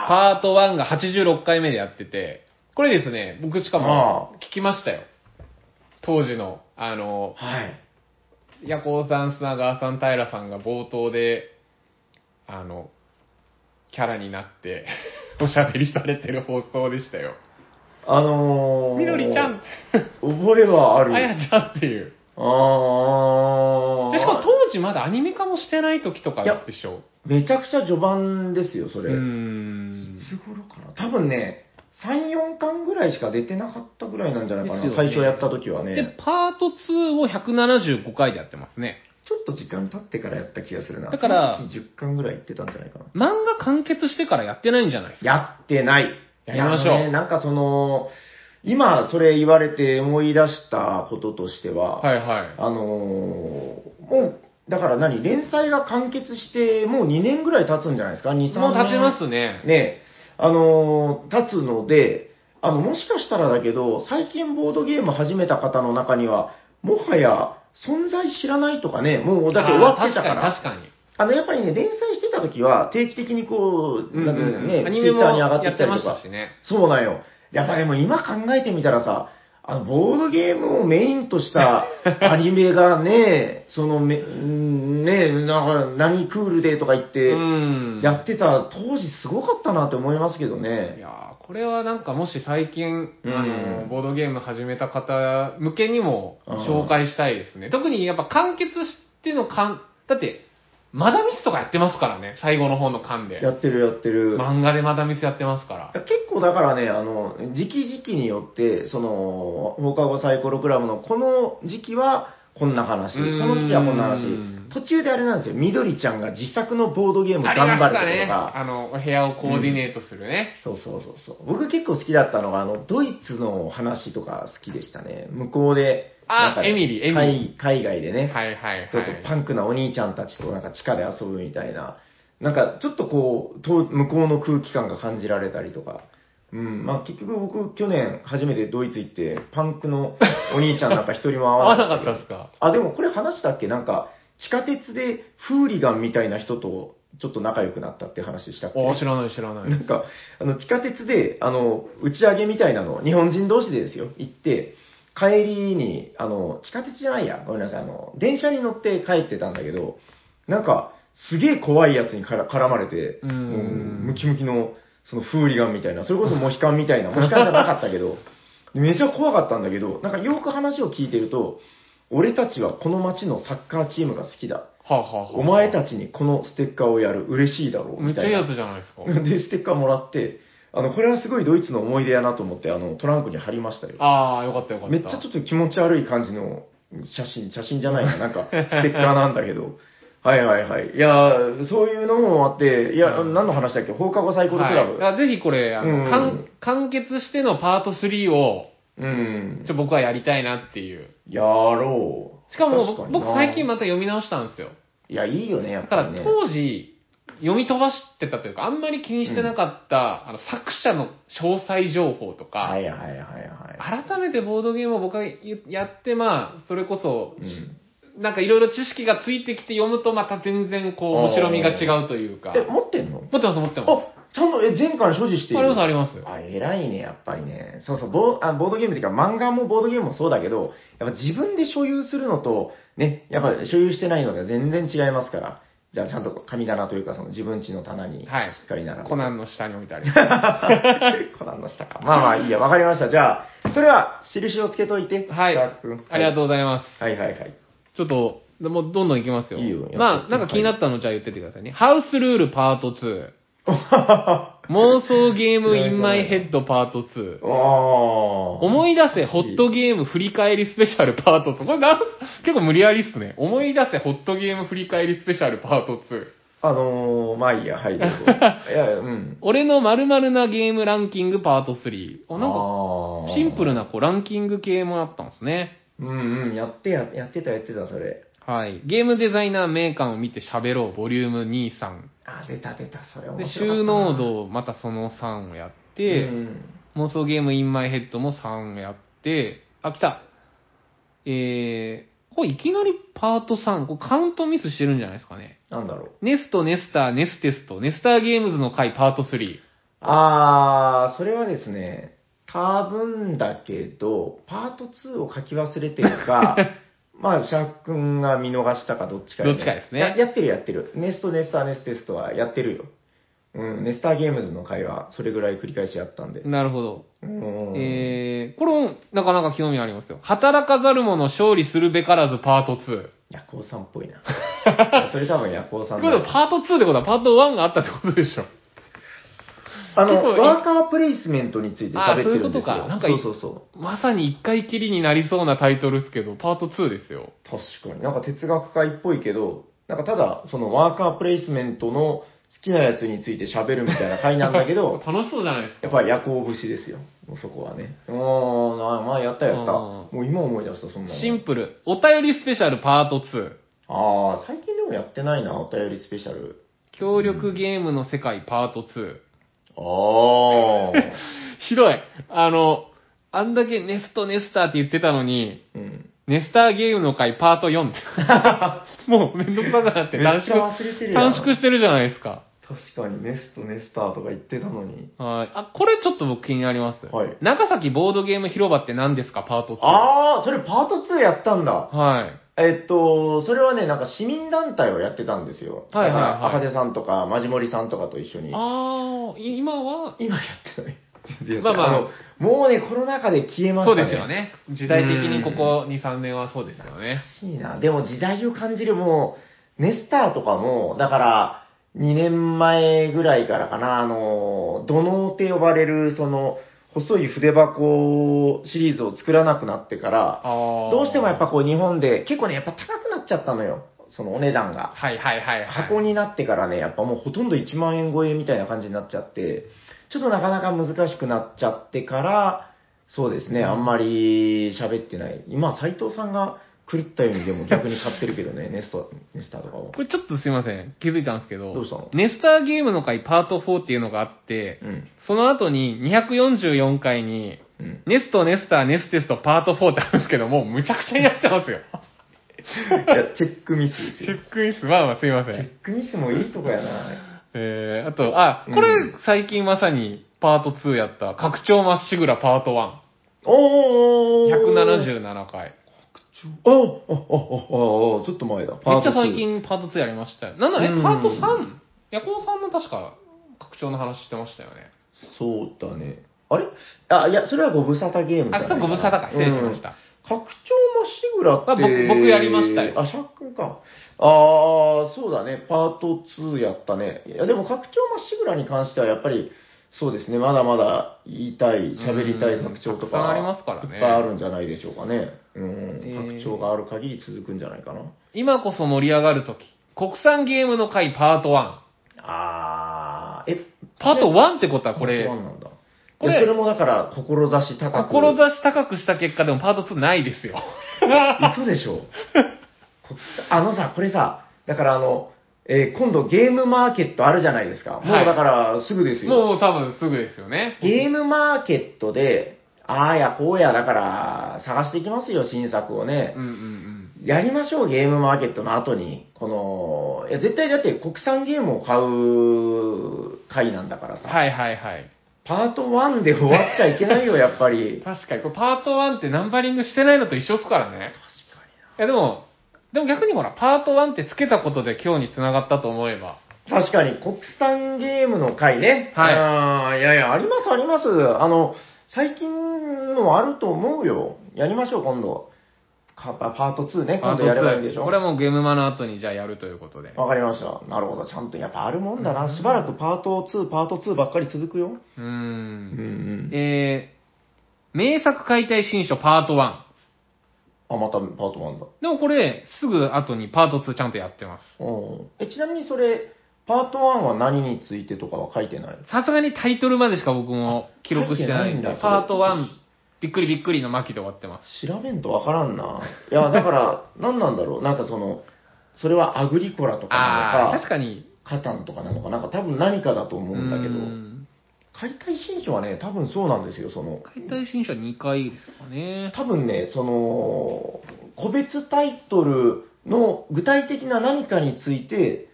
A: パートワンがはちじゅうろっかいめでやってて、これですね、僕しかも聞きましたよ。当時の、あの、
B: はい。
A: ヤコウさん、砂川さん、平さんが冒頭で、あの、キャラになって、おしゃべりされてる放送でしたよ。
B: あのー、
A: みどりちゃん
B: 覚えはある。
A: あやちゃんっていう。
B: あー。
A: でしかも当時まだアニメ化もしてない時とかでしょ。
B: めちゃくちゃ序盤ですよ、それ。
A: うーん。
B: いつ頃かな。多分ね、さん、よんかんぐらいしか出てなかったぐらいなんじゃないかな、ね、最初やった時はね。
A: で、パートツーをひゃくななじゅうごかいでやってますね。
B: ちょっと時間経ってからやった気がするな。
A: だから、
B: じゅっかんぐらい行ってたんじゃないかな。
A: 漫画完結してからやってないんじゃないですか。
B: やってない。
A: やりましょう。
B: ね、なんかその、今それ言われて思い出したこととしては、
A: はいはい。
B: あのー、もう、だから何連載が完結してもうにねんぐらい経つんじゃないですか ?に、さんねん。
A: もう経ちますね。
B: ね。あのー、経つので、あの、もしかしたらだけど、最近ボードゲーム始めた方の中には、もはや存在知らないとかね、もうだって終わってたから。
A: 確かに確かに。
B: あの、やっぱりね、連載してた時は定期的にこう、なんかね、
A: うんうん、
B: ツイッターに上がってきたりとか。
A: ね、
B: そうなんよ。やっぱでも今考えてみたらさ、あの、ボードゲームをメインとしたアニメがね、そのめ、ね、なんか、何クールでとか言って、やってた当時すごかったなって思いますけどね。
A: いやー、これはなんかもし最近、あの、ボードゲーム始めた方向けにも紹介したいですね。特にやっぱ完結してのかん、だって、マダミスとかやってますからね、最後の方の巻で。
B: やってるやってる。
A: 漫画でマダミスやってますから。
B: 結構だからね、あの、時期時期によって、その、放課後サイコロクラブのこの時期はこんな話、この時期はこんな話。途中であれなんですよ、みどりちゃんが自作のボードゲーム頑張るとか。ありましたね。
A: あの、部屋をコーディネートするね、
B: うん。そうそうそうそう。僕結構好きだったのが、あの、ドイツの話とか好きでしたね。向こうで、
A: あ、エミリー、エミリ
B: ー。海外でね。
A: はいはいはい。
B: そうそう、パンクなお兄ちゃんたちとなんか地下で遊ぶみたいな。なんか、ちょっとこう、と向こうの空気感が感じられたりとか。うん。まあ結局僕、去年初めてドイツ行って、パンクのお兄ちゃんなんか一人も会わなかった。
A: 会わなかったですか？
B: あ、でもこれ話したっけなんか、地下鉄でフーリガンみたいな人とちょっと仲良くなったって話したっけ？
A: あ、知らない知らない。
B: なんか、あの、地下鉄で、あの、打ち上げみたいなの、日本人同士でですよ、行って、帰りに、あの、地下鉄じゃないや、ごめんなさい、あの、電車に乗って帰ってたんだけど、なんか、すげえ怖いやつにから絡まれて、もう、ムキムキの、そのフーリガンみたいな、それこそモヒカンみたいな、モヒカンじゃなかったけど、めちゃ怖かったんだけど、なんかよく話を聞いてると、俺たちはこの街のサッカーチームが好きだ。は
A: あはあはあ、
B: お前たちにこのステッカーをやる。嬉しいだろう。
A: めっちゃいいやつじゃないですか。
B: で、ステッカーもらって、あの、これはすごいドイツの思い出やなと思って、あの、トランクに貼りましたよ。
A: ああ、よかったよかった。
B: めっちゃちょっと気持ち悪い感じの写真、写真じゃないな、なんか、ステッカーなんだけど。はいはいはい。いや、そういうのもあって、いや、うん、何の話だっけ放課後サイコロクラブ。
A: はい、ぜひこれ、あの、うん、完結してのパートスリーを、うん。ちょ、僕はやりたいなっていう。
B: やろう。
A: しかも、か僕最近また読み直したんですよ。
B: いや、いいよね、やっぱり、ね。
A: だから当時、読み飛ばしてたというか、あんまり気にしてなかった、うん、あの、作者の詳細情報とか、
B: はいはいはいはい。
A: 改めてボードゲームを僕がやって、まあ、それこそ、うん、なんかいろいろ知識がついてきて読むとまた全然こう、面白みが違うというか。
B: え、持ってんの？
A: 持ってます、持ってます。
B: あ、ちゃんと、え、前回所持してる？
A: あります、あります。
B: あ、偉いね、やっぱりね。そうそう、ボーあボードゲームっていうか、漫画もボードゲームもそうだけど、やっぱ自分で所有するのと、ね、やっぱ所有してないのでは全然違いますから。じゃあちゃんと神棚というか、その自分家の棚にしっかり並べて、はい、
A: コナンの下に置いてあります。
B: コナンの下か。まあまあいいや、わかりました。じゃあ、それは印をつけといて。
A: はい。はい、ありがとうございます。
B: はいはいはい。
A: ちょっと、もうどんどんいきますよ。
B: いいよ。
A: まあ、なんか気になったのじゃあ言っててくださいね。ハウスルールパートツー。妄想ゲームインマイヘッドパートツー。思い出せホットゲーム振り返りスペシャルパートツー。これな、結構無理やりっすね。思い出せホットゲーム振り返りスペシャルパートツー。
B: あのー、まあいいや、はい、どうぞ。いや、うん。
A: 俺の〇〇なゲームランキングパートスリー。なんか、シンプルなこうランキング系もあったんですね。
B: うんうん、やってや、やってたやってた、それ。
A: はい。ゲームデザイナー名鑑を見て喋ろう、ボリュームに、さん。
B: あ、出た出た、それ面白かった。
A: で、収納度、またそのさんをやって、うん、妄想ゲームインマイヘッドもさんやって、あ、来た。えー、これいきなりパートさん、これカウントミスしてるんじゃないですかね。
B: なんだろ
A: う。ネスト、ネスター、ネステスト、ネスターゲームズの回パートスリー。
B: あー、それはですね、多分だけど、パートツーを書き忘れてるか、まあ、シャーク君が見逃したかどっちか、
A: ね、どっちかですね
B: や。やってるやってる。ネスト、ネスター、ネステストはやってるよ。うん、ネスターゲームズの会はそれぐらい繰り返しやったんで。
A: なるほど。
B: うん。
A: えー、これもなかなか興味ありますよ。働かざる者勝利するべからずパートツー。
B: ヤコウさんっぽいな。それ多分ヤコウさんだ。
A: これパートツーってことはパートワンがあったってことでしょ。
B: あの、ワーカープレイスメントについて喋ってるんですよ。あ、そういうことか。
A: なんか、
B: そうそうそう。
A: まさに一回きりになりそうなタイトルですけど、パートツーですよ。
B: 確かに。なんか哲学会っぽいけど、なんかただ、そのワーカープレイスメントの好きなやつについて喋るみたいな回なんだけど、
A: 楽しそうじゃないですか。
B: やっぱ夜行節ですよ。もうそこはね。うーん、まあやったやった。もう今思い出した、そんなの。
A: シンプル。お便りスペシャルパートツー。
B: ああ、最近でもやってないな、お便りスペシャル。
A: 協力ゲームの世界パートツー。
B: ああ。
A: ひどい。あの、あんだけネストネスターって言ってたのに、うん、ネスターゲームの回パートよんって。もうめんどくさくなって短縮短縮してるじゃないですか。
B: 確かにネストネスターとか言ってたのに。
A: はい。あ、これちょっと僕気になります。
B: はい。
A: 長崎ボードゲーム広場って何ですかパートツー。
B: ああ、それパートツーやったんだ。
A: はい。
B: えっと、それはね、なんか市民団体をやってたんですよ。はいはい、はい。赤瀬さんとか、マジモリさんとかと一緒に。
A: ああ、今は
B: 今やってない。まあまあ、あの、もうね、コロナ禍で消えましたね。
A: そうですよね。時代的にここに、さんねんはそうですよね。
B: おかしいな。でも時代を感じるもう、ネスターとかも、だから、にねんまえぐらいからかな、あの、土のうって呼ばれる、その、細い筆箱シリーズを作らなくなってから、どうしてもやっぱこう日本で、結構ね、やっぱ高くなっちゃったのよ。そのお値段が。
A: はいはいはい、はい。
B: 箱になってからね、やっぱもうほとんどいちまんえん超えみたいな感じになっちゃって、ちょっとなかなか難しくなっちゃってから、そうですね、あんまり喋ってない。今、斉藤さんが狂ったようにでも逆に買ってるけどね、ネスト、ネスターとかを。
A: これちょっとすいません、気づいたんですけど、
B: どうしたの？
A: ネスターゲームの回パートフォーっていうのがあって、うん、その後ににひゃくよんじゅうよんかいに、うん、ネスト、ネスター、ネステスト、パートフォーってあるんですけども、むちゃくちゃになってますよ。い
B: や、チェックミスですよ。
A: チェックミス、まあまあすいません。
B: チェックミスもいいとこやな。
A: えー、あと、あ、これ、最近まさにパートツーやった、拡張まっしぐらパートワン。
B: おー
A: ひゃくななじゅうななかい。
B: あ、あ、あ、あ、あ、ちょっと前だ。
A: めっちゃ最近パートツーやりましたよ。なんだね、パートさん？ヤコウさんも確か拡張の話してましたよね。
B: そうだね。あれあ、いや、それはご無沙汰ゲームじゃないかな。
A: あ、ご無沙汰か。失礼しました。
B: 拡張まっしぐらって。
A: あ、僕、僕やりましたよ。
B: あ、シャーク君か。ああ、そうだね。パートツーやったね。いや、でも拡張まっしぐらに関してはやっぱり、そうですね。まだまだ言いたい、喋りたい拡張とか、
A: ありますからね。
B: いっぱいあるんじゃないでしょうかね。うん。拡張がある限り続くんじゃないかな。
A: 今こそ盛り上がるとき。国産ゲームの回パートワン。
B: あー、え、
A: パートワンってことはこれ、
B: パートワンなんだ。これ、それもだから、志高く。
A: 志高くした結果でもパートツーないですよ。
B: 嘘でしょ。あのさ、これさ、だからあの、えー、今度ゲームマーケットあるじゃないですか。もうだからすぐですよ。
A: もう多分すぐですよね。
B: ゲームマーケットで、ああやこうやだから探していきますよ、新作をね。
A: うんうんうん。
B: やりましょう、ゲームマーケットの後に。この、いや絶対だって国産ゲームを買う回なんだからさ。
A: はいはいはい。
B: パートワンで終わっちゃいけないよ、やっぱり。
A: 確かに。これパートワンってナンバリングしてないのと一緒っすからね。
B: 確かにな。
A: いやでも、でも逆にほら、パートワンってつけたことで今日に繋がったと思えば。
B: 確かに、国産ゲームの回ね。
A: はい。
B: あいやいや、ありますあります。あの、最近もあると思うよ。やりましょう、今度。パートツーね、今度やればいいんでしょ。
A: これはもうゲームマの後にじゃあやるということで。
B: わかりました。なるほど。ちゃんとやっぱあるもんだな。しばらくパートツー、パートツーばっかり続くよ。
A: うーん。
B: うんうん、
A: えー、名作解体新書パートワン。
B: あ、またパートワンだ。
A: でもこれ、すぐ後にパートツーちゃんとやってます。
B: え、ちなみにそれ、パートワンは何についてとかは書いてない？
A: さすがにタイトルまでしか僕も記録してないんで、パートワン、びっくりびっくりの巻で終わってます。
B: 調べんとわからんな。いや、だから、何なんだろう。なんかその、それはアグリコラとかなのか、
A: 確かに。
B: カタンとかなのか、なんか多分何かだと思うんだけど、解体新書はね、多分そうなんですよ、その。
A: 解体新書はにかいですかね。
B: 多分ね、その、個別タイトルの具体的な何かについて、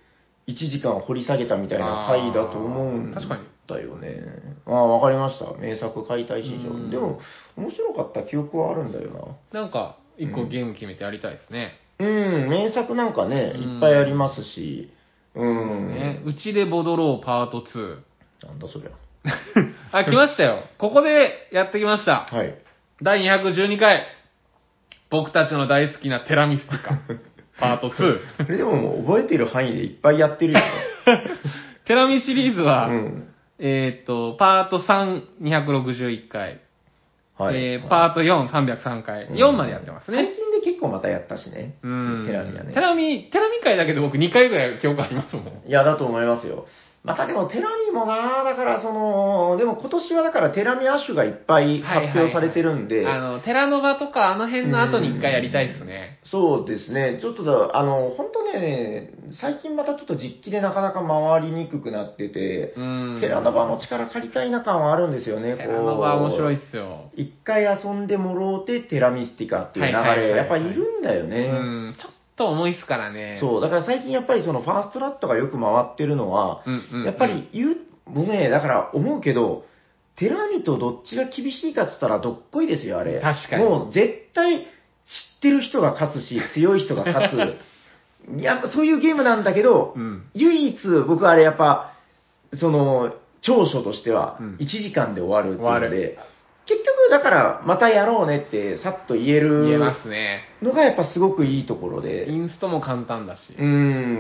B: いちじかん掘り下げたみたいな回だと思うんだよね。ああ、わかりました。名作解体新書。でも、面白かった記憶はあるんだよ
A: な。なんか、一個ゲーム決めてやりたいですね。
B: うん、うん、名作なんかね、いっぱいありますし、うん。
A: ね、うちでボドローパートツ
B: ー。なんだそりゃ。
A: あ、来ましたよ。ここでやってきました。
B: はい。
A: だいにひゃくじゅうにかい。僕たちの大好きなテラミスティカ。パートツー。
B: それでももう覚えてる範囲でいっぱいやってるよ。
A: テラミシリーズは、
B: うん、
A: えーっと、パートさん、にひゃくろくじゅういっかい。はい、えー、パートよん、さんびゃくさんかい。よんまでやってますね。
B: 最近で結構またやったしね。
A: うん。
B: テラミはね。
A: テラミ、テラミ会だけで僕にかいぐらい記憶ありますもん。
B: いや、だと思いますよ。またでもテラミもな、だからその、でも今年はだからテラミアッシュがいっぱい発表されてるんで。
A: はいはいはい、あの、テラノバとかあの辺の後にいっかいやりたいですね。
B: そうですね。ちょっとだ、あの、本当ね、最近またちょっと実機でなかなか回りにくくなってて、テラノバの力借りたいな感はあるんですよね。
A: テラノバ面白いっすよ。
B: 一回遊んでもろうてテラミスティカっていう流れ、はいはいはいはい、やっぱいるんだよね。
A: うん、ちょっと重いっすからね。
B: そう、だから最近やっぱりそのファーストラットがよく回ってるのは、うんうんうん、やっぱり言う、僕ね、だから思うけど、テラミとどっちが厳しいかっつったらどっこいですよ、あれ。
A: 確かに。
B: もう絶対知ってる人が勝つし、強い人が勝つ。やっぱそういうゲームなんだけど、うん、唯一僕あれやっぱ、その、長所としては、いちじかんで終わるっていうので、うん、結局だからまたやろうねってさっと言える。
A: 言えますね。
B: のがやっぱすごくいいところで。
A: インストも簡単だし。
B: うん。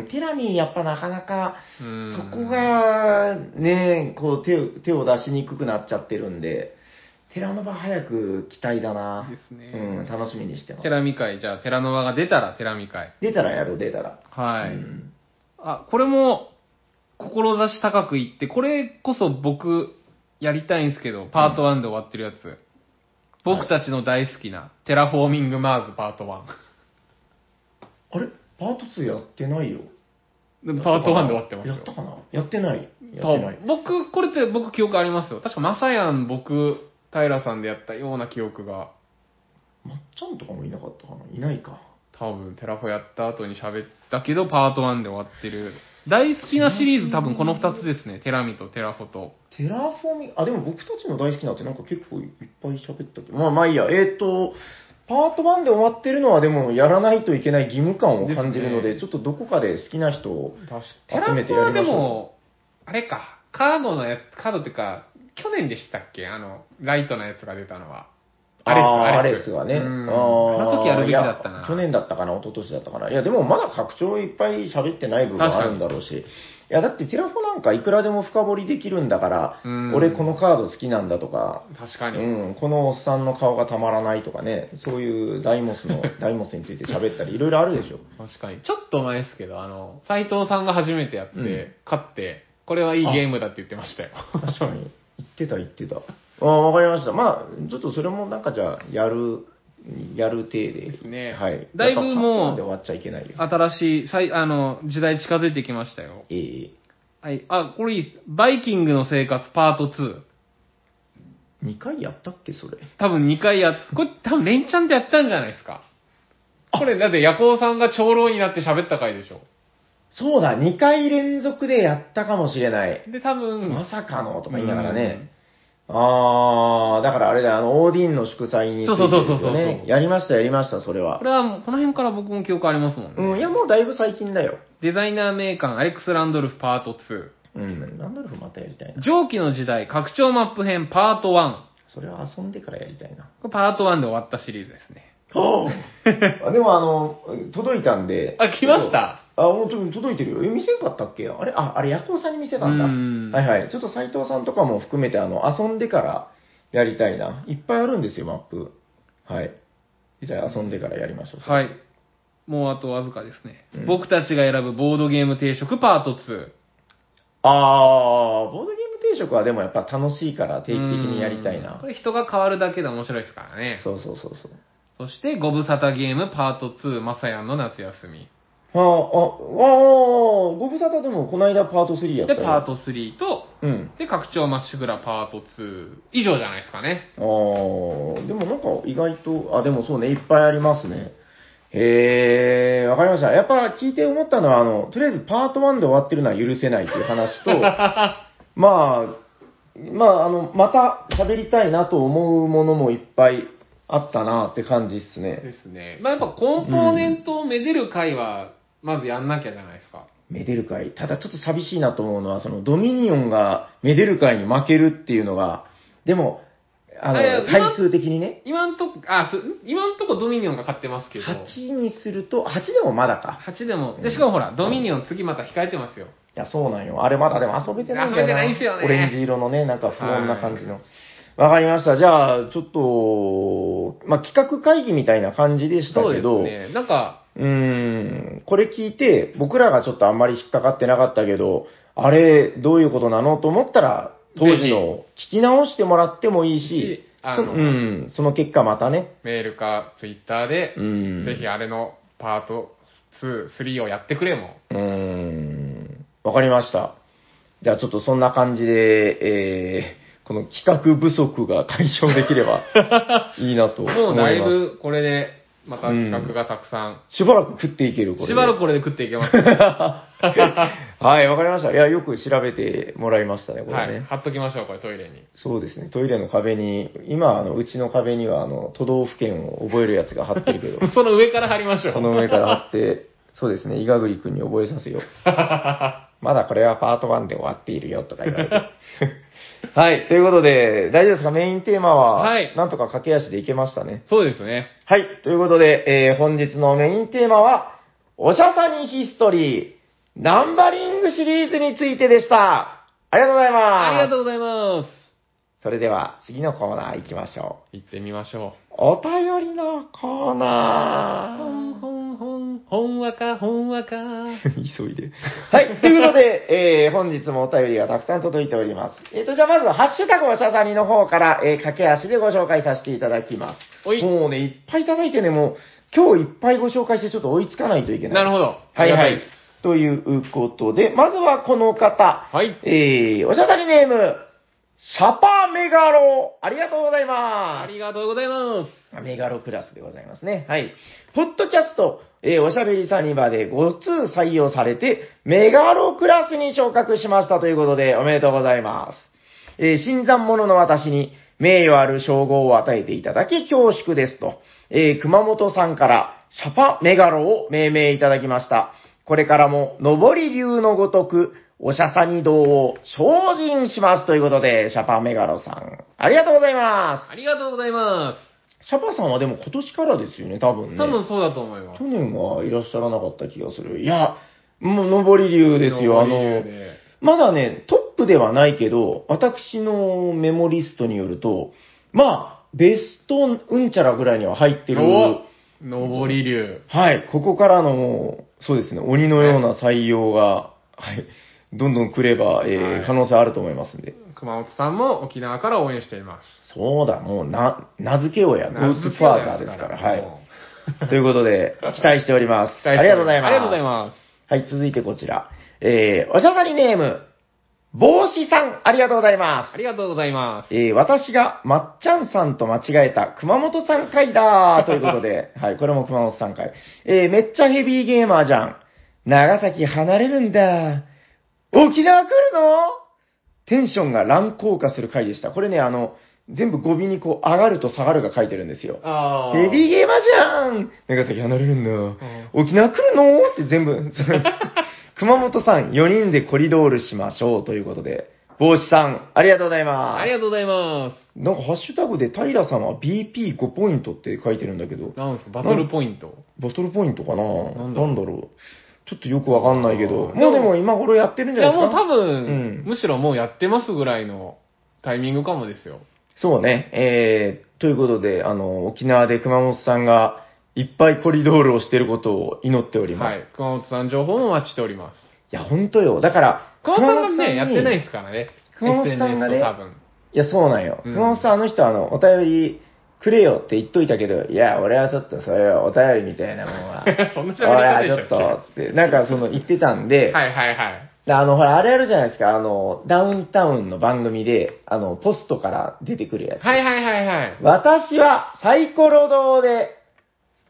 B: テラミーやっぱなかなか、そこがね、こう手を、手を出しにくくなっちゃってるんで、テラノバ早く期待だな。
A: ですね。
B: うん、楽しみにしてます。
A: テラミ会、じゃあテラノバが出たらテラミ会。
B: 出たらやる、出たら。
A: はい。うん、あ、これも、志高く言って、これこそ僕、やりたいんですけど、パートワンで終わってるやつ。うん、僕たちの大好きな、テラフォーミングマーズパートワン。
B: あれパートツーやってないよ。
A: パートワンで終わってますよ。
B: やったかなやってない。やってない。
A: 僕、これって僕記憶ありますよ。確かマサヤン、僕、平さんでやったような記憶が。
B: まっちゃんとかもいなかったかないないか。
A: 多分、テラフォやった後に喋ったけど、パートワンで終わってる。大好きなシリーズ多分このふたつですね。テラミとテラフォと。
B: テラフォーミング、あ、でも僕たちの大好きなってなんか結構いっぱい喋ったけど。まあまあいいや。えっ、ー、と、パートワンで終わってるのはでもやらないといけない義務感を感じるので、でね、ちょっとどこかで好きな人を集めてやりましょう。
A: でも、あれか、カードのやつ、カードっていうか、去年でしたっけあの、ライトなやつが出たのは。
B: アレスアレスがね。あ
A: の時やるべきだったな。
B: 去年だったかな、一昨年だったかな。いや、でもまだ拡張いっぱい喋ってない部分あるんだろうし。いや、だってテラフォなんかいくらでも深掘りできるんだから、俺このカード好きなんだとか、
A: 確かに。
B: うん、このおっさんの顔がたまらないとかね、そういうダイモスの、ダイモスについて喋ったり、いろいろあるでしょ。
A: 確かに。ちょっと前ですけど、あの、斎藤さんが初めてやって、うん、勝って、これはいいゲームだって言ってましたよ。
B: 確かに。言ってた言ってた。ああ、わかりました。まあ、ちょっとそれもなんかじゃあ、やる、やる体で。
A: ですね。
B: はい。
A: だいぶもう、
B: で終わっちゃいけないよ。
A: 新しい、さいあの、時代近づいてきましたよ。
B: ええ
A: はい。あ、これいいです。バイキングの生活パートツー。
B: にかいやったっけ、それ。
A: 多分にかいやっ、これ多分連チャンでやったんじゃないですか。これ、だってヤコウさんが長老になって喋った回でしょ。
B: そうだ、にかい連続でやったかもしれない。
A: で、多分。
B: まさかのとか言いながらね。あー、だからあれだよ、あの、オーディンの祝祭についてですよね。そうそうそうそう。やりました、やりました、それは。
A: これは、この辺から僕も記憶ありますもんね。
B: うん、いや、もうだいぶ最近だよ。
A: デザイナー名鑑、アレックス・ランドルフパートツ
B: ー。うん、ランドルフまたやりたいな。
A: 蒸気の時代、拡張マップ編パートワン。
B: それは遊んでからやりたいな。
A: これパートワンで終わったシリーズですね。
B: はあ、でもあの、届いたんで。
A: あ、来ました
B: あ、本当に届いてるよ。え、見せんかったっけあれあ、あれ、ヤコウさんに見せたんだ。んはいはい。ちょっと斎藤さんとかも含めて、あの、遊んでからやりたいな。いっぱいあるんですよ、マップ。はい。じゃあ遊んでからやりましょう。
A: はい。もうあとわずかですね。うん、僕たちが選ぶボードゲーム定食パートツー。
B: あー、ボードゲーム定食はでもやっぱ楽しいから定期的にやりたいな。
A: これ人が変わるだけで面白いですからね。
B: そうそうそうそう。
A: そして、ご無沙汰ゲームパートツー、まさやんの夏休み。
B: ああ、ああ、ご無沙汰でもこの間パートスリーやったよ。
A: で、パートスリーと、
B: うん。
A: で、拡張まっしぐらパートツー以上じゃないですかね。
B: ああ、でもなんか意外と、あ、でもそうね、いっぱいありますね。 へー、わかりました。やっぱ聞いて思ったのは、あの、とりあえずパートワンで終わってるのは許せないという話と、まあ、まあ、あの、また喋りたいなと思うものもいっぱいあったなって感じっすね。
A: ですね。まあやっぱコンポーネントをめでる回は、まずやんなきゃじゃないですか。
B: めでる会。ただちょっと寂しいなと思うのは、そのドミニオンがめでる会に負けるっていうのが、でも、あの、対数的にね。
A: 今んとこ、あ、す今んとこドミニオンが勝ってますけど。
B: はちにすると、はちでもまだか。
A: はちでも。で、しかもほら、ドミニオン次また控えてますよ。
B: いや、そうなんよ。あれまだでも遊べてないんだよな。
A: 遊べてないんすよね。
B: オレンジ色のね、なんか不穏な感じの。わかりました。じゃあ、ちょっと、まあ、企画会議みたいな感じでしたけど、
A: そうですね。なんか、
B: うーん、これ聞いて、僕らがちょっとあんまり引っかかってなかったけど、あれ、どういうことなのと思ったら、当時の聞き直してもらってもいいし、その、うん、その結果またね。
A: メールかツイッターで、
B: うん、
A: ぜひあれのパートに、さんをやってくれも。
B: うーん、わかりました。じゃあちょっとそんな感じで、えー、この企画不足が解消できればいいなと思います。
A: もうだいぶこれで、また企画がたくさん、うん。
B: しばらく食っていける、これ。
A: しばらくこれで食っていけます。
B: はい、わかりました。いや、よく調べてもらいましたね、これね。
A: はい、貼っときましょう、これトイレに。
B: そうですね、トイレの壁に、今、あの、うちの壁には、あの、都道府県を覚えるやつが貼ってるけど。
A: その上から貼りましょう。
B: その上から貼って、そうですね、伊賀栗くんに覚えさせよう。まだこれはパートワンで終わっているよ、とか言われて。はい。ということで、大丈夫ですか？メインテーマは、はい。なんとか駆け足でいけましたね。
A: そうですね。
B: はい。ということで、えー、本日のメインテーマは、おしゃさにヒストリー、ナンバリングシリーズについてでした。ありがとうございます。
A: ありがとうございます。
B: それでは、次のコーナー行きましょ
A: う。行ってみましょ
B: う。お便りのコーナー。
A: ほんほんほん、ほんわかほんわか。
B: 急いで。はい。ということで、えー、本日もお便りがたくさん届いております。えーと、じゃあまずは、ハッシュタグおしゃさにの方から、えー、駆け足でご紹介させていただきます。もうね、いっぱいいただいてね、もう、今日いっぱいご紹介してちょっと追いつかないといけない。
A: なるほど。
B: はいはい。ということで、まずはこの方。
A: はい。
B: えー、おしゃさにネーム、シャパメガロ。ありがとうございます。
A: ありがとうございます。
B: メガロクラスでございますね。はい。ポッドキャスト、えー、おしゃべりサニバでご通採用されて、メガロクラスに昇格しましたということで、おめでとうございます。えー、新参者の私に名誉ある称号を与えていただき恐縮ですと。えー、熊本さんからシャパメガロを命名いただきました。これからも、上り流のごとく、おしゃさに道を精進しますということで、シャパメガロさん、ありがとうございます。
A: ありがとうございます。
B: シャパさんはでも今年からですよね、多分ね。
A: 多分そうだと思います。
B: 去年はいらっしゃらなかった気がする。いや、もう上り流ですよ。あの、まだね、トップではないけど、私のメモリストによると、まあ、ベストうんちゃらぐらいには入ってる。
A: 上り流。
B: はい、ここからの、そうですね、鬼のような採用が、はい、どんどん来れば、えーはい、可能性あると思いますんで。
A: 熊本さんも沖縄から応援しています。
B: そうだ、もうな、名付け親、ゴートファーザーですから。はい。ということで、期待しております。ありがとうございます。
A: ありがとうございます。
B: はい、続いてこちら。えー、おしゃさりネーム、帽子さん、ありがとうございます。
A: ありがとうございます。
B: えー、私がまっちゃんさんと間違えた熊本さん回だーということで、はい、これも熊本さん回。えー、めっちゃヘビーゲーマーじゃん。長崎離れるんだ。沖縄来るの？テンションが乱高下する回でした。これね、あの、全部語尾にこう、上がると下がるが書いてるんですよ。
A: あ
B: ヘビーゲーマーじゃん。長崎離れるんだ。沖縄来るのって全部、熊本さんよにんでコリドールしましょうということで、帽子さん、ありがとうございます。
A: ありがとうございます。
B: なんかハッシュタグで平さんは ビーピーご ポイントって書いてるんだけど。
A: なんすかバトルポイント
B: バトルポイントかななんだろう。なんだろうちょっとよくわかんないけど。もうでも今頃やってるんじゃないですか。
A: いやもう多分、うん、むしろもうやってますぐらいのタイミングかもですよ。
B: そうね。えー、ということで、あの、沖縄で熊本さんがいっぱいコリドールをしていることを祈っております。
A: はい。熊本さん情報もお待ちしております。
B: いや、ほんとよ。だから、
A: 熊本さんがね、やってないですからね。
B: 熊本さんがね、
A: 多分。
B: いや、そうなんよ。うん、熊本さん、あの人、あの、お便りくれよって言っといたけど、いや、俺はちょっとそういうお便りみたいなもんは、
A: そんな喋り方でしょ。
B: 俺はちょっと、つって、なんかその言ってたんで、
A: はいはいはい。
B: あの、ほら、あれあるじゃないですか、あの、ダウンタウンの番組で、あの、ポストから出てくるやつ。
A: はいはいはいはい。
B: 私はサイコロ堂で、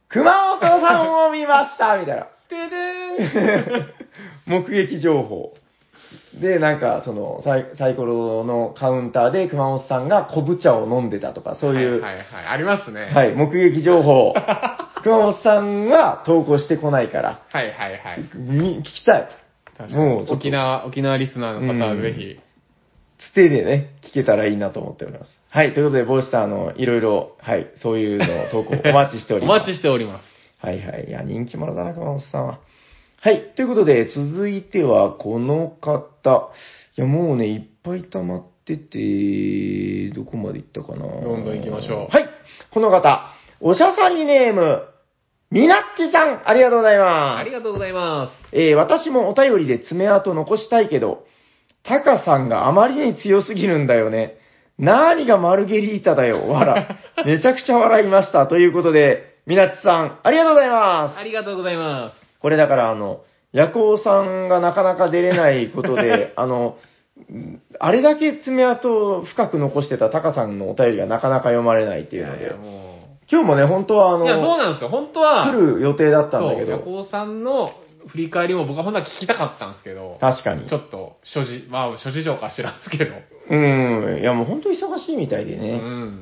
B: 熊本さんを見ましたみたいな。
A: てでーん
B: 目撃情報。で、なんか、そのサイ、サイコロのカウンターで熊本さんが昆布茶を飲んでたとか、そういう。
A: はいはいはい。ありますね。
B: はい、目撃情報。熊本さんは投稿してこないから。
A: はいはいはい。
B: 聞きたい。
A: もう、沖縄、沖縄リスナーの方はぜひ。
B: つてでね、聞けたらいいなと思っております。はい、ということで、ボイスターのいろいろ、はい、そういうのを投稿お待ちしております。
A: お待ちしております。
B: はいはい。いや、人気者だな、熊本さんは。はい。ということで、続いては、この方。いや、もうね、いっぱい溜まってて、どこまで行ったかな。
A: どんどん行きましょ
B: う。はい。この方。おしゃさりネーム、みなっちさん、ありがとうございます。
A: ありがとうございます。
B: えー、私もお便りで爪痕残したいけど、タカさんがあまりに強すぎるんだよね。何がマルゲリータだよ、わら。めちゃくちゃ笑いました。ということで、みなっちさん、ありがとうございます。
A: ありがとうございます。
B: これだから、あの、ヤコウさんがなかなか出れないことで、あの、あれだけ爪痕を深く残してたタカさんのお便りがなかなか読まれないっていうので、いやいやもう今日もね、本当はあの、
A: いや、そうなんですよ。本当は、
B: 来る予定だったんだけど、
A: ヤコウさんの振り返りも僕は本当は聞きたかったんですけど、
B: 確かに。
A: ちょっと、諸事、まあ、諸事情か知らんすけど。
B: うん、いやもう本当忙しいみたいでね。
A: うん。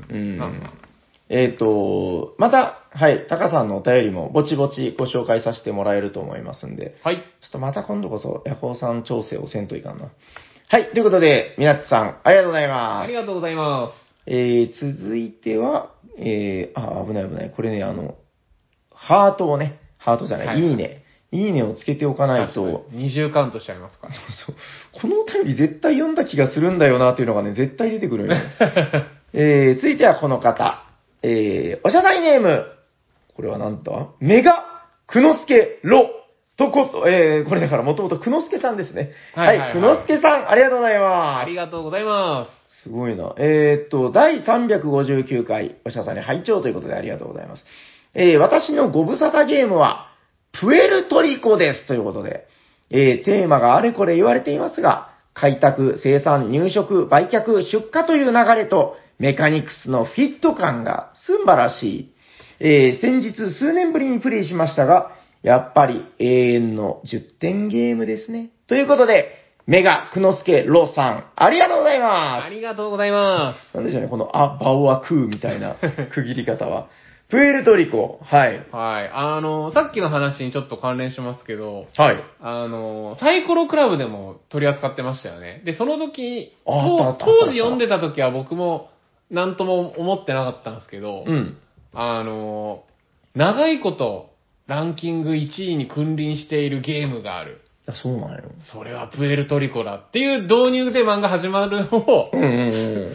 B: うん。えっ、ー、と、また、はい、タカさんのお便りもぼちぼちご紹介させてもらえると思いますんで、
A: はい。ちょ
B: っとまた今度こそ、ヤコウさん調整をせんといかんな。はい、ということで、みなっちさん、ありがとうございます。
A: ありがとうございます。
B: えー、続いては、えー、あ、危ない危ない。これね、あの、ハートをね、ハートじゃない、はい、いいね。いいねをつけておかないと。
A: 二重カウントしちゃいますから。
B: そうそう。このお便り絶対読んだ気がするんだよなっていうのがね、絶対出てくるよ。えー、続いてはこの方。えー、おしゃだいネーム。これはなんだメガ、くのすけ、ろ。とこと、えー、これだからもともとくのすけさんですね。はい、はい、くのすけさん、ありがとうございます。
A: ありがとうございます。
B: すごいな。えー、っと、だいさんびゃくごじゅうきゅうかい、おしゃさんに拝聴ということでありがとうございます。えー、私のご無沙汰ゲームは、プエルトリコです。ということで、えー、テーマがあれこれ言われていますが、開拓、生産、入植、売却、出荷という流れと、メカニクスのフィット感が素晴らしい。えー、先日数年ぶりにプレイしましたが、やっぱり永遠のじゅってんゲームですね。ということで、メガ、くのすけ、ろさん、ありがとうございます。
A: ありがとうございます。
B: なんでしょうね、この、あ、バオアクーみたいな区切り方は。プエルトリコ、はい。
A: はい。あの、さっきの話にちょっと関連しますけど、
B: はい。
A: あの、サイコロクラブでも取り扱ってましたよね。で、その時、
B: あ
A: 当時読んでた時は僕もなんとも思ってなかったんですけど、
B: うん。
A: あの、長いことランキングいちいに君臨しているゲームがある。
B: あ、そうなんよ。
A: それはプエルトリコだっていう導入で漫画始まるのを、
B: うんうんうん、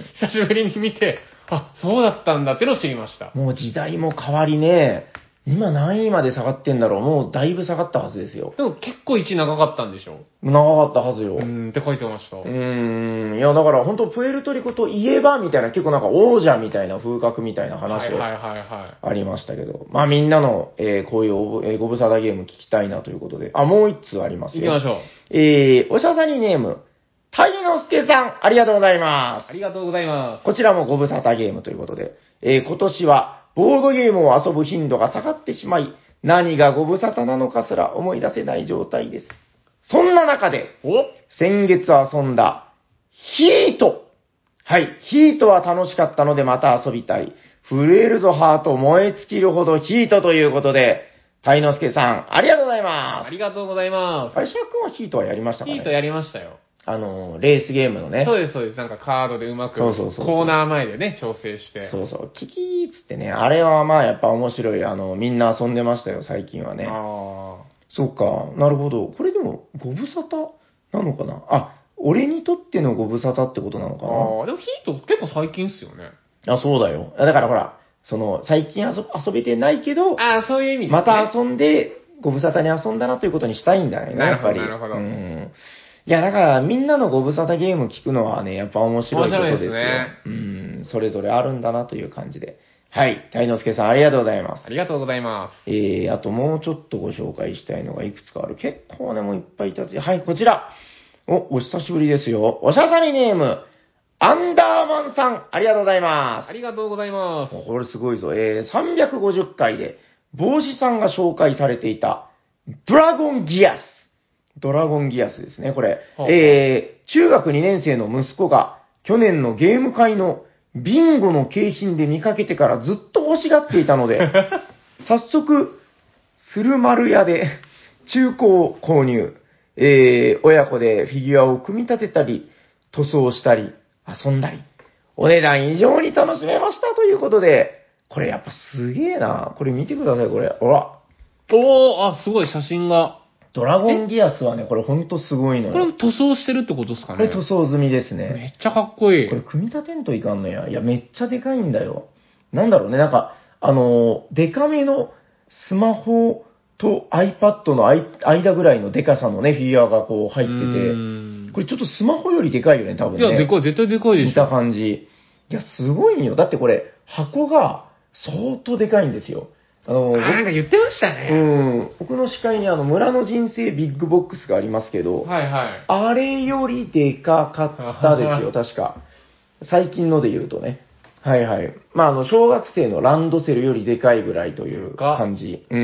A: 久しぶりに見て、あ、そうだったんだってのを知りました。
B: もう時代も変わりね、今何位まで下がってんだろう。もうだいぶ下がったはずですよ。
A: でも結構いち長かったんでしょ？
B: 長かったはずよ。
A: うーんって書いてました。う
B: ーん。いや、だから本当プエルトリコといえばみたいな、結構なんか王者みたいな風格みたいな話
A: はいはいはいはい。
B: ありましたけど。まあみんなの、えー、こういう、えー、ご無沙汰ゲーム聞きたいなということで。あ、もう一通ありますよ。
A: 行きましょう。
B: えー、おしゃさにネーム、タイノスケさん、ありがとうございます。
A: ありがとうございます。
B: こちらもご無沙汰ゲームということで。えー、今年はボードゲームを遊ぶ頻度が下がってしまい、何がご無沙汰なのかすら思い出せない状態です。そんな中で、
A: お
B: 先月遊んだ、ヒート。はい、ヒートは楽しかったのでまた遊びたい。震えるぞハート燃え尽きるほどヒートということで、タイノスケさん、ありがとうございます。
A: ありがとうございます。
B: あれ、シャー君はヒートはやりましたかね？
A: ヒートやりましたよ。
B: あの、レースゲームのね。
A: そうです、そうです。なんかカードでうまく、
B: そうそうそうそう
A: コーナー前でね、調整して。
B: そうそう。キキーっつってね、あれはまあやっぱ面白い。あの、みんな遊んでましたよ、最近はね。
A: ああ。
B: そうか、なるほど。これでも、ご無沙汰なのかなあ、俺にとってのご無沙汰ってことなのかな。
A: ああ、でもヒート結構最近っすよね。
B: あ、そうだよ。だからほら、その、最近遊遊べてないけど、
A: ああ、そういう意味ですね。
B: また遊んで、ご無沙汰に遊んだなということにしたいんじゃないの、やっぱり。
A: なるほど、なるほど。
B: うん。いや、だから、みんなのご無沙汰ゲーム聞くのはね、やっぱ面白いことですよ。
A: 面白いですね。
B: うん、それぞれあるんだなという感じで。はい。大之助さん、ありがとうございます。
A: ありがとうございます。
B: えー、あともうちょっとご紹介したいのがいくつかある。結構ね、もういっぱいいたはい、こちら。お、お久しぶりですよ。おしゃさりネーム、アンダーマンさん、ありがとうございます。
A: ありがとうございます。
B: これすごいぞ。えー、さんびゃくごじゅっかいで、 帽子さんが紹介されていた、ドラゴンギアス。ドラゴンギアスですね、これ。はあ、えー、中学にねん生の息子が、去年のゲーム会のビンゴの景品で見かけてからずっと欲しがっていたので、早速、鶴丸屋で中古を購入。えー、親子でフィギュアを組み立てたり、塗装したり、遊んだり、お値段以上に楽しめましたということで、これやっぱすげえな。これ見てください、これ。ほら。
A: おー、あ、すごい写真が。
B: ドラゴンギアスはね、これほんとすごいのよ。
A: これ塗装してるってことですかね？
B: これ塗装済みですね。
A: めっちゃかっこいい。
B: これ組み立てんといかんのや。いや、めっちゃでかいんだよ。なんだろうね、なんか、あの、でかめのスマホと iPad の間ぐらいのでかさのね、フィギュアがこう入ってて、これちょっとスマホよりでかいよね、多分ね。
A: いや、でかい、絶対でかいでしょ。
B: 見た感じ。いや、すごいよ。だってこれ、箱が相当でかいんですよ。あの、
A: あ、なんか言ってましたね。
B: うん。僕の視界にあの、村の人生ビッグボックスがありますけど、
A: はいはい。
B: あれよりでかかったですよ、確か。最近ので言うとね。はいはい。まあ、あの、小学生のランドセルよりでかいぐらいという感じ。うん。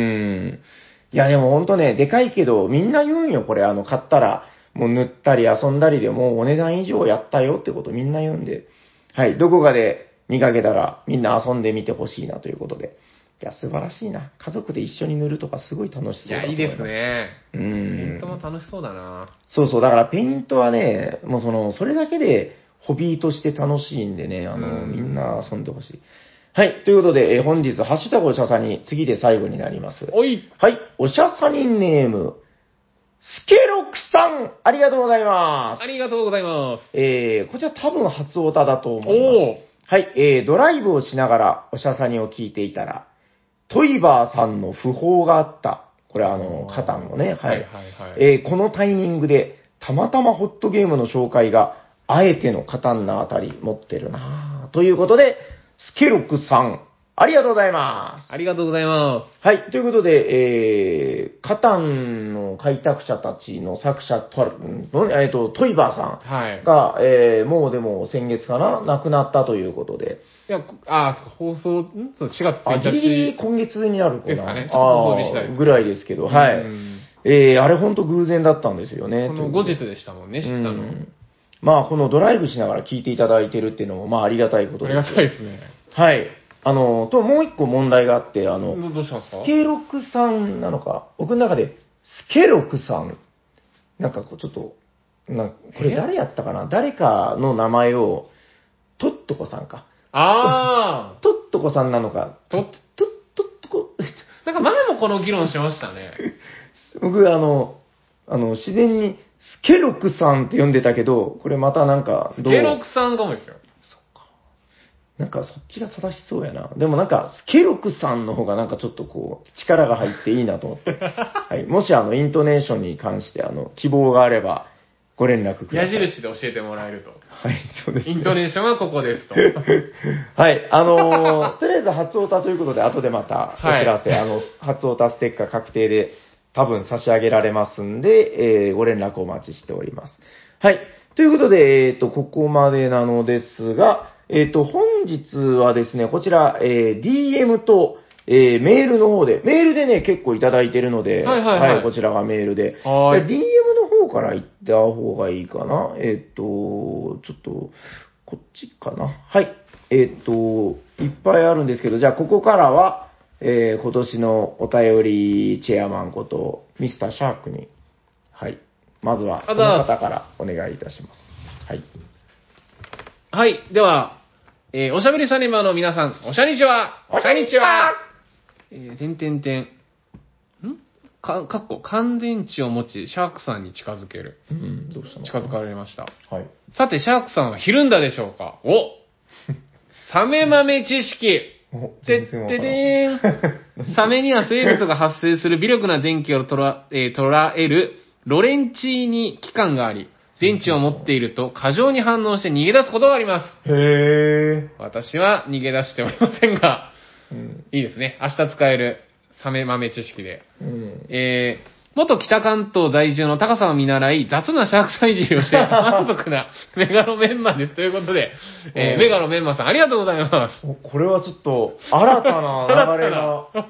B: いや、でもほんとね、でかいけど、みんな言うんよ、これ。あの、買ったら、もう塗ったり遊んだりでもうお値段以上やったよってことみんな言うんで。はい。どこかで見かけたら、みんな遊んでみてほしいなということで。いや、素晴らしいな。家族で一緒に塗るとかすごい楽しそうだと思います。
A: いや、いいですね。
B: うん。
A: ペイントも楽しそうだな。
B: そうそう。だからペイントはね、もうその、それだけでホビーとして楽しいんでね、あの、みんな遊んでほしい。はい。ということで、えー本日、ハッシュタグおしゃさに、次で最後になります。
A: おい。
B: はい。おしゃさにネーム、スケロクさん、ありがとうございます。
A: ありがとうございます。
B: えー、こちら多分初オタだと思います。
A: おー。
B: はい。えー、ドライブをしながらおしゃさにを聞いていたら、トイバーさんの訃報があった。これあの、カタンのね。はい。
A: はいはいはい。
B: えー、このタイミングで、たまたまホットゲームの紹介が、あえてのカタンなあたり持ってるなぁ。ということで、スケロクさん、ありがとうございます。
A: ありがとうございま
B: はい。ということで、えー、カタンの開拓者たちの作者と、えっと、トイバーさ
A: す。はい。
B: んが、えー、もうでも先月かな亡くなったということで。
A: いや、あ、放送、んそう、しがつついたち。
B: あ、ギリギリ今月になるかな
A: ですかね。ちょっと放送日次第です。
B: ぐらいですけど、はい。えー、あれほんと偶然だったんですよね。
A: この後日でしたもんね、知ったの。
B: まあ、このドライブしながら聞いていただいてるっていうのも、まあ、ありがたいことです。
A: ありがたいですね。
B: はい。あの、と、もう一個問題があって、あの、
A: どうしたんですか？
B: スケロクさんなのか、僕の中で、スケロクさん、なんかこう、ちょっと、なこれ誰やったかな誰かの名前を、トットコさんか。
A: ああ。
B: トットコさんなのか。
A: トッ、
B: トッ、トットコ。
A: なんか前もこの議論しましたね。
B: 僕、あの、あの、自然に、スケロクさんって呼んでたけど、これまたなんか
A: どう、スケロクさんかもですよ。
B: そっか。なんかそっちが正しそうやな。でもなんか、スケロクさんの方がなんかちょっとこう、力が入っていいなと思って。はい。もしあの、イントネーションに関してあの、希望があれば、ご連絡ください。
A: 矢印で教えてもらえると。
B: はい、そうです、ね。
A: イントネーションはここですと。
B: はい、あのー、とりあえず初オタということで、後でまたお知らせ、はい、あの、初オタステッカー確定で多分差し上げられますんで、えー、ご連絡お待ちしております。はい。ということで、えっ、ー、と、ここまでなのですが、えっ、ー、と、本日はですね、こちら、えー、ディーエム と、えー、メールの方で、メールでね、結構いただいてるので、
A: はいはいはい。
B: はい、こちらがメールで。
A: はい。
B: ディーエム の方から行った方がいいかな。えっ、ー、と、ちょっと、こっちかな。はい。えっ、ー、と、いっぱいあるんですけど、じゃあここからは、えー、今年のお便りチェアマンこと、ミスターシャークに、はい。まずは、この方からお願いいたします。はい。
A: はい。では、えー、おしゃべりサニバーの皆さん、おしゃにちは
B: おしゃにちは
A: えー、てんてんてん。んか、かっこ、乾電池を持ち、シャークさんに近づける。
B: うん、どうしたの
A: 近づかれました。
B: はい。
A: さて、シャークさんはひるんだでしょうか？おサメ豆知識てってでーん。サメには生物が発生する微力な電気を捉え、捉えるロレンチーニ器官があり、電池を持っていると過剰に反応して逃げ出すことがあります。
B: へー。
A: 私は逃げ出しておりませんが、
B: うん、
A: いいですね。明日使えるサメ豆知識で。
B: うん、
A: えー、元北関東在住の高さを見習い、雑なシャークさんいじりをして満足なメガロメンマです。ということで、えー、メガロメンマさんありがとうございます。
B: これはちょっと新たな流れが。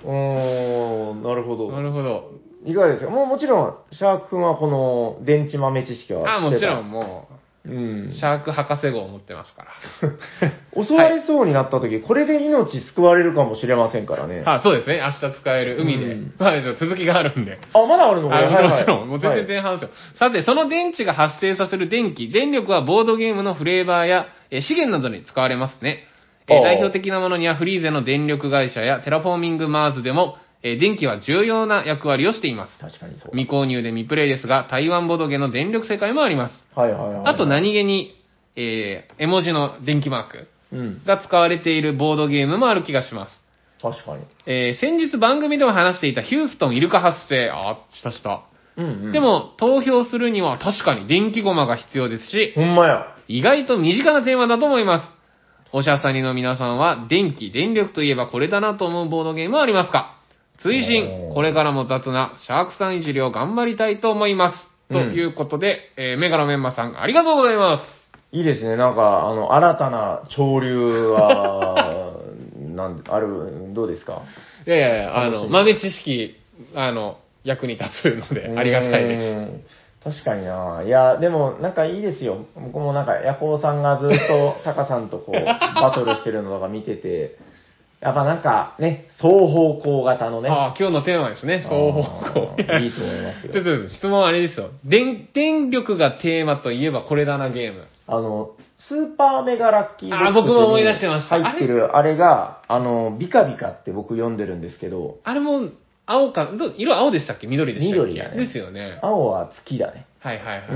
B: おー、なるほど。
A: なるほど。
B: いかがですか？もうもちろん、シャーク君はこの電池豆知識は知ってた。
A: あ、もちろんもう、うん、シャーク博士号を持ってますから。
B: 襲われそうになった時、はい、これで命救われるかもしれませんからね。
A: あ、そうですね。明日使える海で。うん、はい、続きがあるんで。
B: あ、まだあるのかな？
A: もちろん、もちろん。もう全然前半ですよ。はい、さて、その電池が発生させる電気、電力はボードゲームのフレーバーやえ資源などに使われますね。え代表的なものにはフリーゼの電力会社やテラフォーミングマーズでも、え電気は重要な役割をしています。
B: 確かにそう。
A: 未購入で未プレイですが、台湾ボドゲの電力世界もあります。
B: はいはいはい、はい。
A: あと何気に、えー、絵文字の電気マークが使われているボードゲームもある気がします。
B: 確かに。
A: えー、先日番組でも話していたヒューストンイルカ発生、あ、したした。うんうん、でも、投票するには確かに電気ゴマが必要ですし、
B: ほんまや。
A: 意外と身近なテーマだと思います。おしゃさにの皆さんは、電気、電力といえばこれだなと思うボードゲームはありますか？追伸、これからも雑なシャークさんいじりを頑張りたいと思います。ということで、うん、えー、メガロメンマさん、ありがとうございます。
B: いいですね。なんか、あの、新たな潮流は、なんで、ある、どうですか？
A: いやいやいや、あの、豆知識、あの、役に立つので、ありがたいです。
B: 確かにな。いや、でも、なんかいいですよ。僕もなんか、ヤコウさんがずっとタカさんとこう、バトルしてるのとか見てて、やっぱなんかね、双方向型のね。
A: ああ、今日のテーマですね、双方向。
B: いいと思いますよ。
A: ちょっと質問あれですよ。電、電力がテーマといえばこれだなゲーム。
B: あの、スーパーメガラッキーボックスに
A: あ、僕も思い出してました。
B: 入ってる、あれが、あの、ビカビカって僕読んでるんですけど。
A: あれも、青か、ど色青でしたっけ？緑でしたっけ？
B: 緑だね。
A: ですよね。
B: 青は月だね。
A: はいはいはい、はい。
B: うん。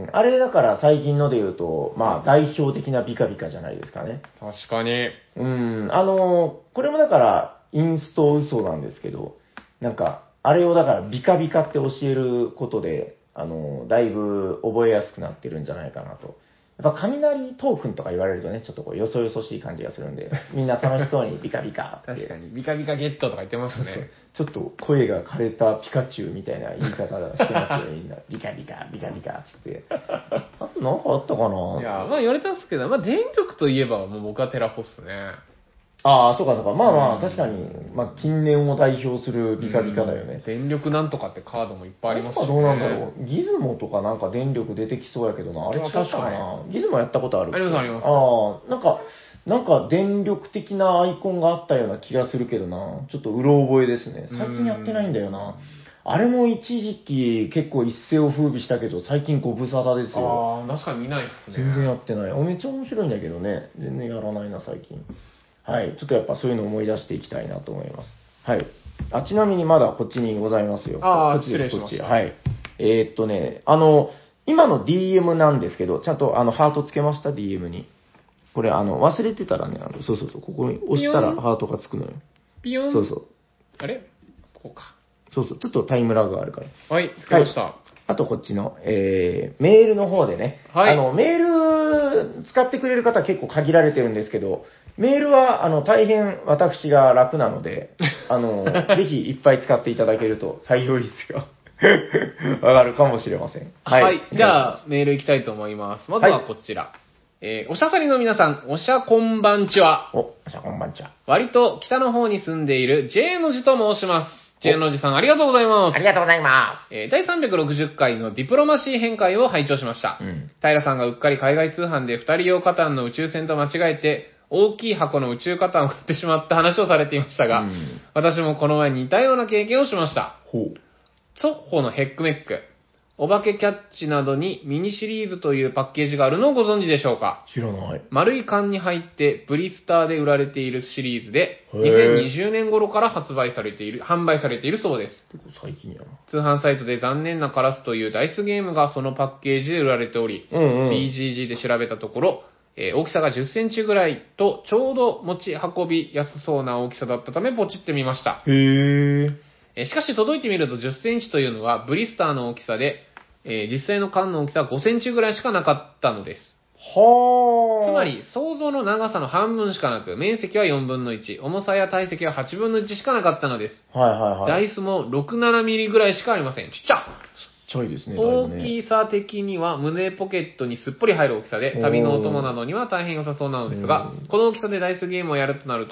B: あれだから最近ので言うと、まあ代表的なビカビカじゃないですかね。
A: 確かに。
B: うん。あの、これもだから、インスト嘘なんですけど、なんか、あれをだからビカビカって教えることで、あの、だいぶ覚えやすくなってるんじゃないかなと。やっぱ雷トークンとか言われるとね、ちょっとこう、よそよそしい感じがするんで、みんな楽しそうにビカビカって。
A: 確かに、ビカビカゲットとか言ってますね。
B: そうそうちょっと声が枯れたピカチュウみたいな言い方してますよ、みんな。ビカビカ、ビカビカつって。あとなんかあったかな？
A: いや、まあ言われたんですけど、まあ電力といえばもう僕はテラフォっすね。
B: ああ、そうかそうか。まあまあ、確かに、まあ近年を代表するビカビカだよね。
A: 電力なんとかってカードもいっぱいありますし、ね。
B: どうなんだろう。ギズモとかなんか電力出てきそうやけどな。あれ確かな。ギズモやったことある？
A: ありますあります。
B: ああ、なんか、なんか電力的なアイコンがあったような気がするけどな。ちょっとうろ覚えですね。最近やってないんだよな。あれも一時期結構一世を風靡したけど、最近ご無沙汰ですよ。
A: ああ、確かに見ないっすね。
B: 全然やってない。めっちゃ面白いんだけどね。全然やらないな、最近。はい。ちょっとやっぱそういうのを思い出していきたいなと思います。はい。あ、ちなみにまだこっちにございますよ。
A: ああ、
B: こっちです、
A: 失礼しました。
B: はい。えー、っとね、あの、今の ディーエム なんですけど、ちゃんとあの、ハートつけました ディーエム に。これあの、忘れてたらね、あの、そうそうそう、ここに押したらハートがつくのよ。
A: ピヨン。
B: そうそう。
A: あれこうか。
B: そうそう、ちょっとタイムラグがあるから。
A: はい、つけました。はい、
B: あとこっちの、えー、メールの方でね。はい。あの、メール使ってくれる方結構限られてるんですけど、メールは、あの、大変私が楽なので、あの、ぜひいっぱい使っていただけると採用率が上がるかもしれません。
A: はい。はい、じゃあ、メールいきたいと思います。まずはこちら。はい、えー、おしゃさりの皆さん、おしゃこんばんちは。
B: お、おしゃこんばんちは。
A: 割と北の方に住んでいる J の字と申します。J の字さん、ありがとうございます。
B: ありがとうございます。
A: えー、だいさんびゃくろくじゅっかいのディプロマシー編会を拝聴しました。うん、平さんがうっかり海外通販でふたり用カタンの宇宙船と間違えて、大きい箱の宇宙カタンを買ってしまった話をされていましたが、うん、私もこの前似たような経験をしました。ほう。ソッホのヘックメック、お化けキャッチなどにミニシリーズというパッケージがあるのをご存知でしょうか？
B: 知らない。
A: 丸い缶に入ってブリスターで売られているシリーズで、にせんにじゅうねん頃から発売されている、販売されているそうです。
B: 結構最近やな。
A: 通販サイトで残念なカラスというダイスゲームがそのパッケージで売られており、うんうん、ビージージー で調べたところ、えー、大きさがじゅっセンチぐらいとちょうど持ち運びやすそうな大きさだったためポチってみました。
B: へー。
A: えー、しかし届いてみるとじゅっセンチというのはブリスターの大きさで、えー、実際の缶の大きさはごセンチぐらいしかなかったのです。
B: はー。
A: つまり、想像の長さの半分しかなく、面積はよんぶんのいち、重さや体積ははちぶんのいちしかなかったのです。
B: はいはいはい。
A: ダイスもろく、ななミリぐらいしかありません。ちっちゃ
B: ちっちゃいですね、
A: 大きさ的には胸ポケットにすっぽり入る大きさで、旅のお供などには大変良さそうなのですが、この大きさでダイスゲームをやるとなると、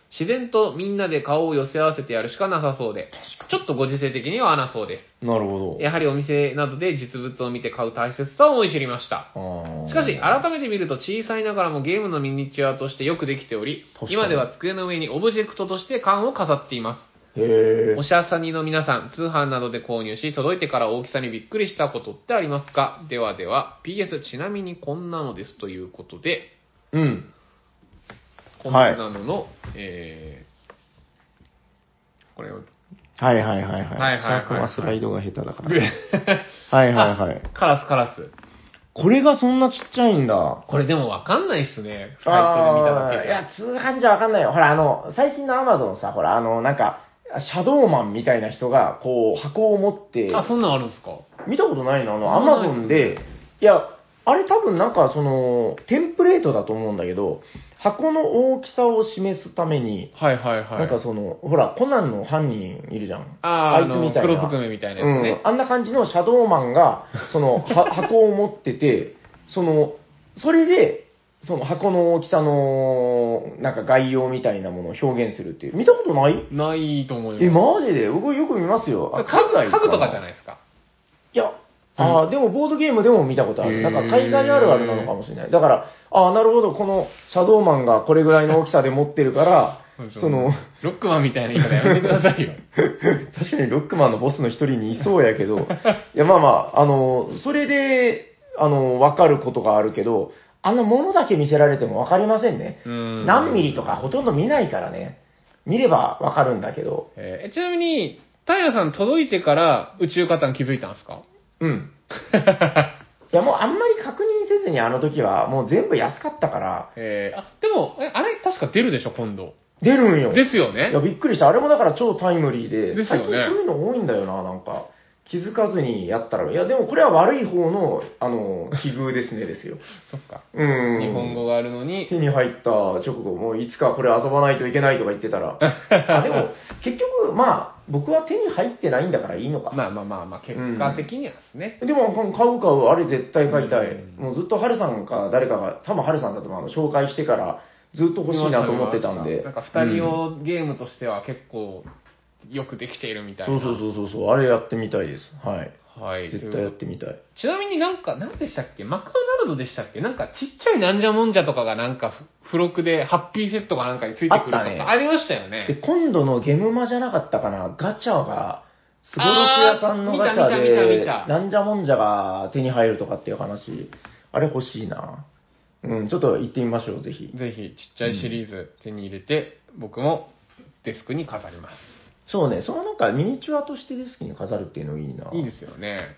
A: 自然とみんなで顔を寄せ合わせてやるしかなさそうで、ちょっとご時世的には穴そうです。
B: なるほど。
A: やはりお店などで実物を見て買う大切さを思い知りました。しかし、改めて見ると小さいながらもゲームのミニチュアとしてよくできており、今では机の上にオブジェクトとして缶を飾っています。
B: へー。
A: おしゃさにの皆さん、通販などで購入し、届いてから大きさにびっくりしたことってありますか？ではでは、ピーエス ちなみにこんなのですということで、
B: うん。
A: こんなのの、はい、えー、これを。
B: はいはいはいはい。
A: はいはいはい、はい。
B: スライドが下手だから。はいはいはい。
A: カラスカラス。
B: これがそんなちっちゃいんだ。
A: これでもわかんないっすね。サイトで見ただけじゃ。
B: いや、通販じゃわかんないよ。ほら、あの、最近の Amazon さ、ほら、あの、なんか、シャドーマンみたいな人が、こう、箱を持って。
A: あ、そんなんあるんですか？
B: 見たことないの？あの、Amazon で、いや、あれ多分なんかその、テンプレートだと思うんだけど、箱の大きさを示すために、
A: はいはいはい。
B: なんかその、ほら、コナンの犯人いるじゃん。
A: あ
B: あいつみたいな。
A: 黒ずくめみたいなやつね。
B: うん。あんな感じのシャドーマンが、その、は箱を持ってて、その、それで、その箱の大きさの、なんか概要みたいなものを表現するっていう。見たことない？
A: ないと思います。
B: え、マジで僕よく見ますよ。
A: あ、家具、家具とかじゃないですか。
B: いや、ああ、でもボードゲームでも見たことある。なんか海外あるあるなのかもしれない。だから、ああ、なるほど、このシャドーマンがこれぐらいの大きさで持ってるから、その、
A: ロックマンみたいな言い方やめてくださいよ。
B: 確かにロックマンのボスの一人にいそうやけど、いや、まあまあ、あの、それで、あの、わかることがあるけど、あのものだけ見せられてもわかりませんね。ん何ミリとかほとんど見ないからね。見ればわかるんだけど。
A: えー、ちなみに、平さん届いてから宇宙カタン気づいたんですか？
B: うん。いや、もうあんまり確認せずにあの時は、もう全部安かったから。
A: えー、あ、でも、え、あれ確か出るでしょ、今度。
B: 出るんよ。
A: ですよね。
B: いや、びっくりした。あれもだから超タイムリーで、
A: ですよね。
B: 最近そういうの多いんだよな、なんか。気づかずにやったら。いや、でもこれは悪い方の、あの、奇遇ですね、ですよ。
A: そっか。
B: うん。
A: 日本語があるのに。
B: 手に入った直後、もういつかこれ遊ばないといけないとか言ってたら。あ、でも、結局、まあ、僕は手に入ってないんだからいいのか。
A: まあまあまあまあ、結果的にはですね。
B: うん、でも、買う買う、あれ絶対買いたい。うん、もうずっとハルさんか誰かが、多分ハルさんだと思う、あの紹介してから、ずっと欲しいなと思ってたんで。
A: なんか二人用ゲームとしては結構よくできているみたいな。
B: そうそうそうそう、あれやってみたいです。はい。
A: はい。
B: 絶対やってみたい。
A: ちなみになんか、何でしたっけ？マクドナルドでしたっけ？なんかちっちゃいなんじゃもんじゃとかがなんか付録でハッピーセットかなんかについてくるとか あ,、ね、ありましたよね。
B: で、今度のゲムマじゃなかったかな、ガチャが、スゴロク屋さんのガチャで、なんじゃもんじゃが手に入るとかっていう話、あれ欲しいな。うん、ちょっと行ってみましょう、ぜひ。
A: ぜひ、ちっちゃいシリーズ手に入れて、うん、僕もデスクに飾ります。
B: そうね、そのなんかミニチュアとしてデスクに飾るっていうのいいな。
A: いいですよね。
B: うん。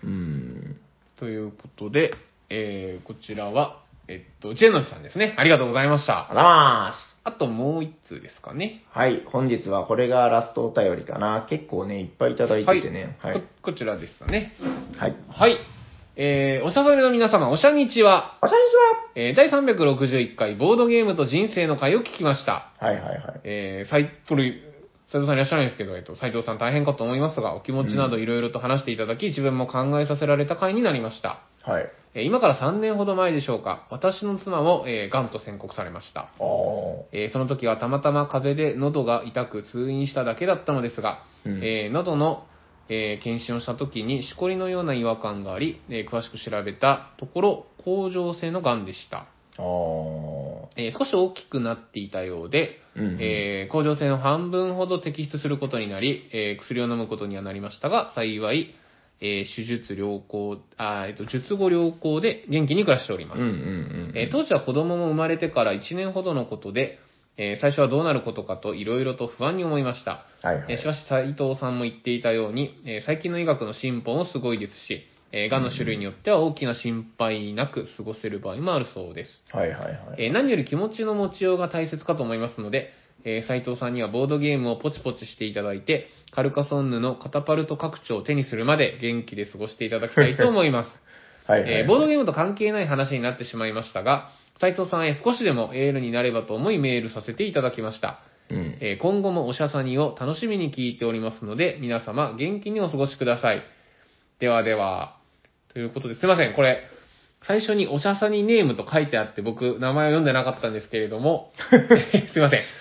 A: ということで、えー、こちらは、えっと、ジェノスさんですね。ありがとうございました。
B: ありがとうございます。
A: あともう一通ですかね。
B: はい。本日はこれがラストお便りかな。結構ね、いっぱいいただいててね。
A: はい。はい、こ, こちらですね。
B: はい。
A: はい。えー、おしゃされの皆様、おしゃにちは。
B: おしゃにちは。
A: えー、だいさんびゃくろくじゅういっかい、ボードゲームと人生の会を聞きました。
B: はいはいはい。
A: えー、斎藤、斉藤さんいらっしゃらないんですけど、えっと、斉藤さん大変かと思いますが、お気持ちなどいろいろと話していただき、うん、自分も考えさせられた回になりました。
B: はい。
A: えー、今からさんねんほど前でしょうか、私の妻も、えー、癌と宣告されました。えー、その時はたまたま風邪で喉が痛く通院しただけだったのですが、うん、えー、喉のえー、検診をした時にしこりのような違和感があり、えー、詳しく調べたところ甲状腺の癌でした。あえー、少し大きくなっていたようで、うんうんえー、甲状腺の半分ほど摘出することになり、えー、薬を飲むことにはなりましたが、幸い、えー、手術良好あ、えーと、術後良好で元気に暮らしております。うんうんうんうんえー、当時は子供も生まれてからいちねんほどのことで、えー、最初はどうなることかといろいろと不安に思いました。はいはいえー、しかし斉藤さんも言っていたように、えー、最近の医学の進歩もすごいですし、えー、癌の種類によっては大きな心配なく過ごせる場合もあるそうです。はいはいはいえー、何より気持ちの持ちようが大切かと思いますので、えー、斉藤さんにはボードゲームをポチポチしていただいて、カルカソンヌのカタパルト拡張を手にするまで元気で過ごしていただきたいと思います。はいはいはいえー、ボードゲームと関係ない話になってしまいましたが、斉藤さんへ少しでもエールになればと思いメールさせていただきました。うんえー、今後もおしゃさにを楽しみに聞いておりますので、皆様元気にお過ごしください。ではでは、ということですいません、これ、最初におしゃさにネームと書いてあって僕、名前を読んでなかったんですけれども、すいません。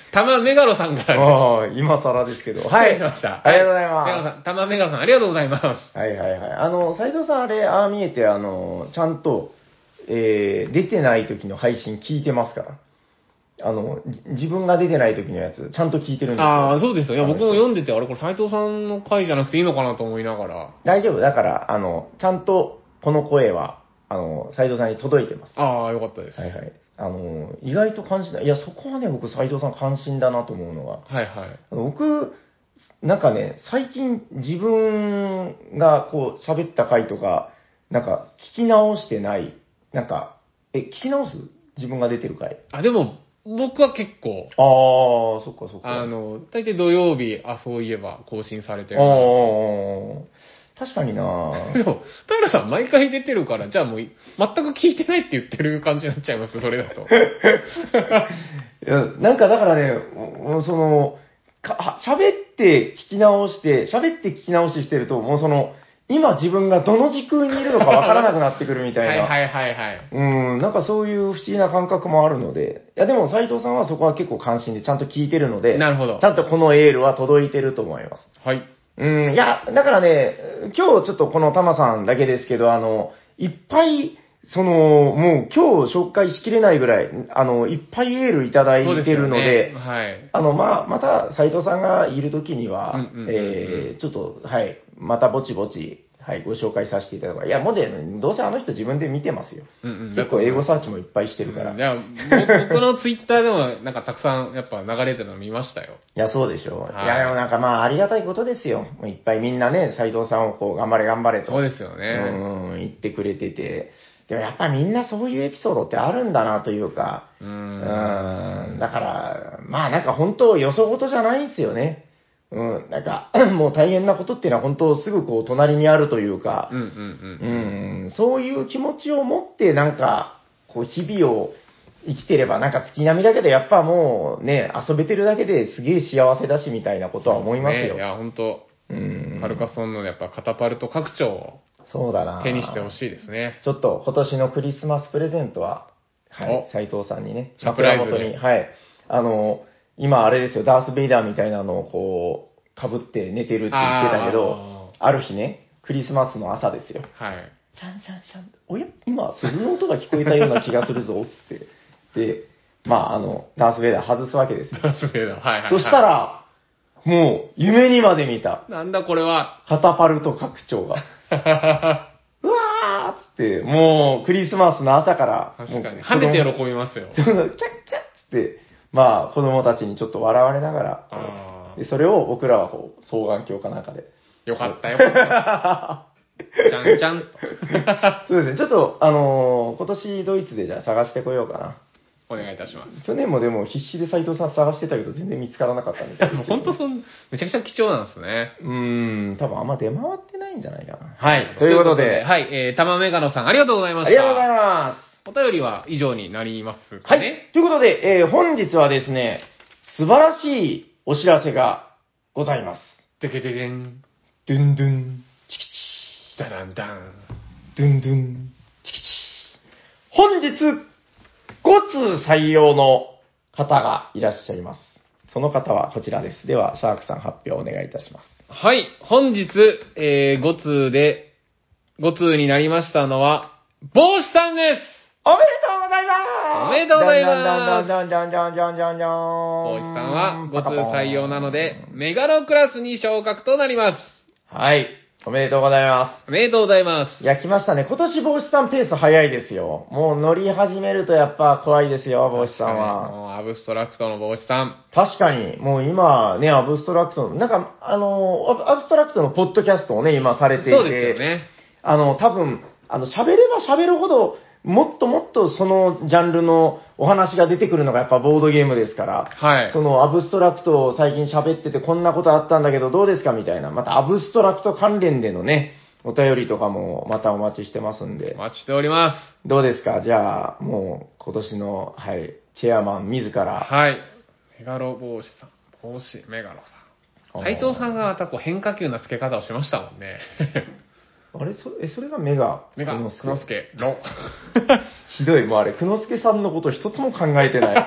A: 玉メガロさんからです。
B: ああ、今更ですけど。はい。
A: 失礼しました。
B: ありがとうございます。
A: メガロさん、玉メガロさん、ありがとうございます。
B: はいはいはい。あの、斉藤さんあれ、ああ見えて、あの、ちゃんと、えー、出てない時の配信聞いてますから。あの、自分が出てない時のやつ、ちゃんと聞いてるんですよ。
A: ああ、そうですよ。いや、僕も読んでて、あれ、これ斉藤さんの回じゃなくていいのかなと思いながら。
B: 大丈夫。だから、あの、ちゃんと、この声は、あの、斉藤さんに届いてます。
A: ああ、よかったです。
B: はいはい。あの、意外と関心だ。いや、そこはね、僕、斉藤さん関心だなと思うのが。
A: はいはい。
B: 僕、なんかね、最近自分がこう喋った回とか、なんか聞き直してない。なんか、え、聞き直す自分が出てる回。
A: あ、でも、僕は結構。
B: ああ、そっかそっか。
A: あの、大体土曜日、あ、そういえば更新されてる
B: あ
A: な。
B: あ、確かにな
A: でも、平さん毎回出てるから、じゃあもう、全く聞いてないって言ってる感じになっちゃいます、それだと。
B: いや、なんかだからね、もうその、か喋って聞き直して、喋って聞き直ししてると、もうその、今自分がどの時空にいるのかわからなくなってくるみたいな。
A: はいはいはいはい。
B: うん、なんかそういう不思議な感覚もあるので、いやでも斉藤さんはそこは結構関心でちゃんと聞いてるので、
A: なるほど。
B: ちゃんとこのエールは届いてると思います。
A: はい。
B: うん、いや、だからね、今日ちょっとこのタマさんだけですけど、あの、いっぱい、その、もう今日紹介しきれないぐらい、あの、いっぱいエールいただいてるので、
A: そうですよね、はい。
B: あの、まあ、また斉藤さんがいるときには、
A: うんうんうんうん
B: えー、ちょっと、はい、またぼちぼち、はい、ご紹介させていただく。いや、もうで、どうせあの人自分で見てますよ。
A: うんうん、
B: 結構英語サーチもいっぱいしてるから。
A: うん、いや、僕のツイッターでもなんかたくさんやっぱ流れてるの見ましたよ。
B: いや、そうでしょう。
A: はい
B: いや、でもなんかまあ、ありがたいことですよ。もういっぱいみんなね、斉藤さんをこう、頑張れ頑張れと。
A: そうですよね。
B: うん、言ってくれてて。でもやっぱみんなそういうエピソードってあるんだなというか。
A: う
B: うん
A: ーん。
B: だから、まあなんか本当、よそごとじゃないんですよね。うん、なんか、もう大変なことっていうのは本当すぐこう隣にあるというか、
A: うんうんうん。
B: うん、そういう気持ちを持ってなんか、こう日々を生きてればなんか月並みだけどやっぱもうね、遊べてるだけですげえ幸せだしみたいなことは思いますよ。
A: ね、いや、本当
B: うん
A: カルカソンのやっぱカタパルト拡張を
B: そうだな
A: 手にしてほしいですね。
B: ちょっと今年のクリスマスプレゼントは、はい
A: お、
B: 斉藤さんにね、
A: サプライズで
B: 枕元に、はい。あの、今あれですよ、ダース・ベイダーみたいなのをこう、被って寝てるって言ってたけど、ある日ね、クリスマスの朝ですよ。
A: はい。
B: シャンシャンシャン、おや今、鈴の音が聞こえたような気がするぞ、つって。で、まあ、あの、ダース・ベイダー外すわけですよ。
A: ダースベイダー、はいはい、はい。
B: そしたら、もう、夢にまで見た。
A: なんだこれは。
B: カタパルト拡張が。うわーっつって、もう、クリスマスの朝から、
A: 確かに。跳ねて喜びますよ。
B: そうそう、キャッキャッつって、まあ、子供たちにちょっと笑われながら、でそれを僕らはこう、双眼鏡かなんかで。
A: よかったよかった。ちゃんちゃんと。
B: そうですね、ちょっと、あのー今年ドイツでじゃあ探してこようかな。
A: お願いいたします。
B: 去年もでも必死で斉藤さん探してたけど全然見つからなかったみたいです。
A: 本当そん、めちゃくちゃ貴重なんですね。
B: うーん、多分あんま出回ってないんじゃないかな。はい、ということで。
A: はい、えー、玉メガノさんありがとうございました。
B: ありがとうございます。
A: お便りは以上になりますか
B: はい
A: ね。。
B: ということで、えー本日はですね、素晴らしいお知らせがございます。
A: でけででん。
B: ドゥンドゥン、チキチ
A: ダダンダン。
B: ドゥンドゥン、チキチ本日、ご通採用の方がいらっしゃいます。その方はこちらです。では、シャークさん発表お願いいたします。
A: はい、本日、えー、ご通で、ご通になりましたのは、帽子さんです。
B: おめでとうございます
A: おめでとうございます
B: じゃんじゃんじゃんじゃんじゃんじゃんじゃん
A: 帽子さんはご通採用なので、メガロクラスに昇格となります。
B: はい。おめでとうございま
A: おめでとうございま
B: す。いや、来ましたね。今年帽子さんペース早いですよ。もう乗り始めるとやっぱ怖いですよ、
A: す。
B: 帽子さんは。
A: もうアブストラクトの帽子さん。
B: 確かに、もう今ね、アブストラクト、なんか、あの、アブストラクトのポッドキャストをね、今されていて、
A: そうですよね。
B: あの、多分、あの、喋れば喋るほど、もっともっとそのジャンルのお話が出てくるのがやっぱボードゲームですから、
A: はい。
B: そのアブストラクトを最近喋っててこんなことあったんだけどどうですかみたいな、またアブストラクト関連でのね、お便りとかもまたお待ちしてますんで。
A: お待ちしております。
B: どうですかじゃあ、もう今年の、はい、チェアマン自ら。
A: はい。メガロ帽子さん。帽子、メガロさん。斉藤さんがまたこう変化球な付け方をしましたもんね。
B: あれそえ、それがメガ。
A: メガ、
B: 久之
A: 久之助、ロ。
B: ひどい、もうあれ、久之助さんのこと一つも考えてない。